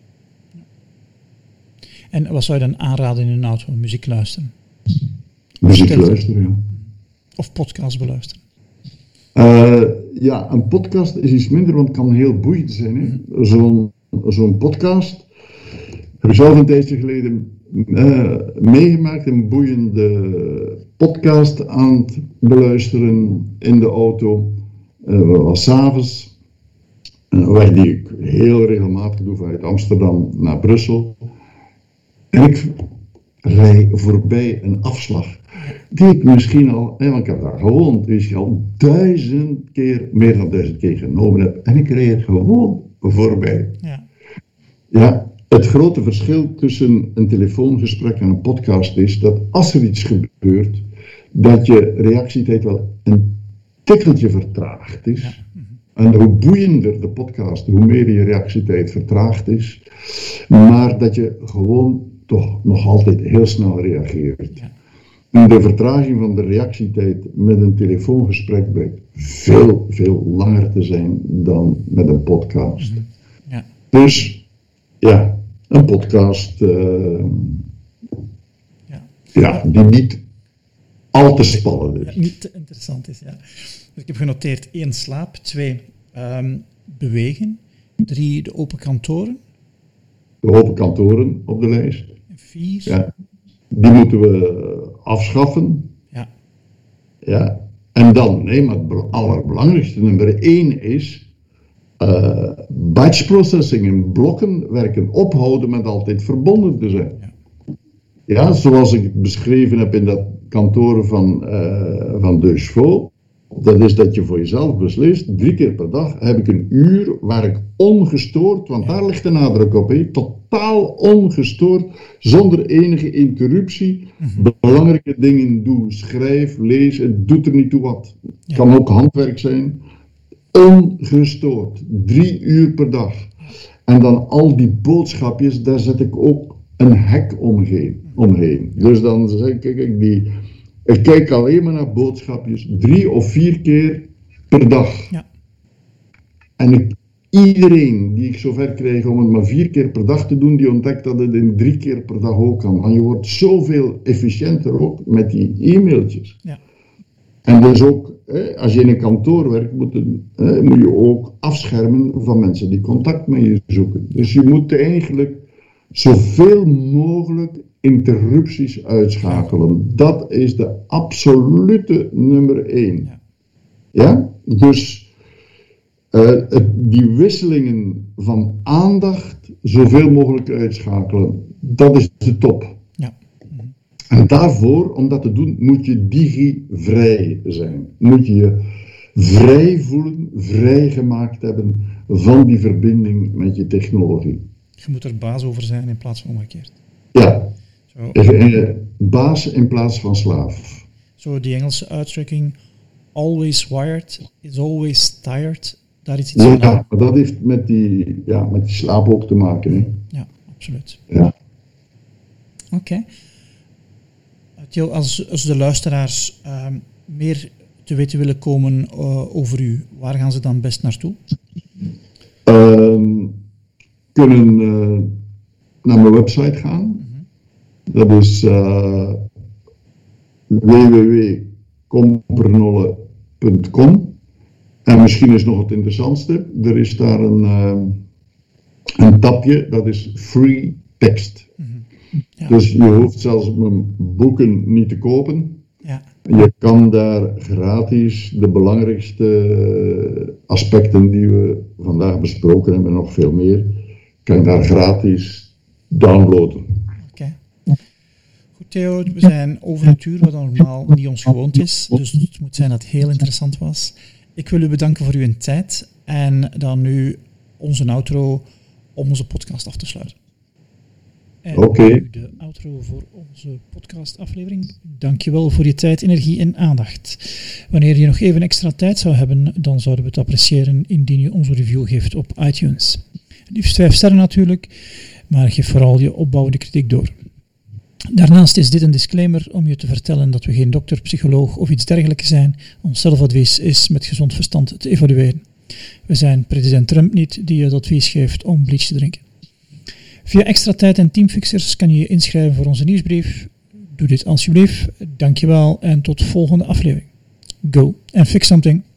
En wat zou je dan aanraden in een auto? Muziek luisteren? Muziek luisteren, ja. Of podcast beluisteren? Uh, ja, een podcast is iets minder, want het kan heel boeiend zijn. Hè? Mm-hmm. Zo'n, zo'n podcast heb ik zelf een tijdje geleden uh, meegemaakt. Een boeiende podcast aan het beluisteren in de auto. Uh, was 's avonds. Een weg die ik heel regelmatig doe vanuit Amsterdam naar Brussel. En ik rij voorbij een afslag die ik misschien al, want ik heb daar gewoond, die ik al duizend keer, meer dan duizend keer genomen heb. En ik rijd gewoon voorbij. Ja. Ja, het grote verschil tussen een telefoongesprek en een podcast is dat als er iets gebeurt, dat je reactietijd wel een tikkeltje vertraagd is. Ja. En hoe boeiender de podcast, hoe meer je reactietijd vertraagd is, maar dat je gewoon toch nog altijd heel snel reageert. Ja. En de vertraging van de reactietijd met een telefoongesprek blijkt veel, veel langer te zijn dan met een podcast. Mm-hmm. Ja. Dus ja, een podcast uh, ja. Ja, die niet al te spannend is. Ja, niet te interessant is, ja. Dus ik heb genoteerd één slaap, twee um, bewegen, drie de open kantoren. De open kantoren op de lijst. Vier. Ja, die moeten we afschaffen. Ja. Ja. En dan, nee, maar het allerbelangrijkste, nummer één is uh, batch processing en blokken werken ophouden met altijd verbonden te zijn. Ja. Ja, zoals ik het beschreven heb in dat kantoor van, uh, van De Chevaux. Dat is dat je voor jezelf beslist, drie keer per dag heb ik een uur waar ik ongestoord, want daar ligt de nadruk op, he, totaal ongestoord, zonder enige interruptie, mm-hmm. belangrijke dingen doe. Schrijf, lees, het doet er niet toe wat. Het ja. kan ook handwerk zijn. Ongestoord, drie uur per dag. En dan al die boodschapjes, daar zet ik ook een hek omheen. omheen. Dus dan zeg ik, kijk, die... Ik kijk alleen maar naar boodschapjes, drie of vier keer per dag. Ja. En ik, iedereen die ik zover krijg om het maar vier keer per dag te doen, die ontdekt dat het in drie keer per dag ook kan. En je wordt zoveel efficiënter ook met die e-mailtjes. Ja. En dus ook, hè, als je in een kantoor werkt, moet, een, hè, moet je ook afschermen van mensen die contact met je zoeken. Dus je moet eigenlijk zoveel mogelijk interrupties uitschakelen. Dat is de absolute nummer één. Ja? ja? Dus uh, het, die wisselingen van aandacht zoveel mogelijk uitschakelen. Dat is de top. Ja. Mm-hmm. En daarvoor, om dat te doen, moet je digivrij zijn. Moet je vrij voelen, vrijgemaakt hebben van die verbinding met je technologie. Je moet er baas over zijn in plaats van omgekeerd. Ja, Zo, eh, baas in plaats van slaaf. zo die Engelse uitdrukking, always wired is always tired. Daar is iets Ja, van aan. maar dat heeft met die, ja, met die slaap ook te maken. Hè. Ja, absoluut. Ja. Oké. Okay. Theo, als, als de luisteraars uh, meer te weten willen komen uh, over u, waar gaan ze dan best naartoe? Uh, kunnen uh, naar mijn website gaan. Mm-hmm. Dat is uh, w w w punt kompernolle punt com. En misschien is nog het interessantste, er is daar een, uh, een tabje, dat is free text. Mm-hmm. Ja. Dus je hoeft zelfs mijn boeken niet te kopen. Ja. Je kan daar gratis de belangrijkste aspecten die we vandaag besproken hebben, en nog veel meer, kan je daar gratis downloaden. Oké. Okay. Goed Theo, we zijn over het uur, wat normaal niet ons gewoond is. Dus het moet zijn dat het heel interessant was. Ik wil u bedanken voor uw tijd en dan nu onze outro om onze podcast af te sluiten. En okay. de outro voor onze podcastaflevering. Dankjewel voor je tijd, energie en aandacht. Wanneer je nog even extra tijd zou hebben, dan zouden we het appreciëren indien je onze review geeft op iTunes. Liefst vijf sterren natuurlijk, maar geef vooral je opbouwende kritiek door. Daarnaast is dit een disclaimer om je te vertellen dat we geen dokter, psycholoog of iets dergelijks zijn. Ons zelfadvies is met gezond verstand te evalueren. We zijn president Trump niet die je het advies geeft om bleach te drinken. Via Extra Tijd en Teamfixers kan je je inschrijven voor onze nieuwsbrief. Doe dit alsjeblieft. Dankjewel en tot volgende aflevering. Go and fix something.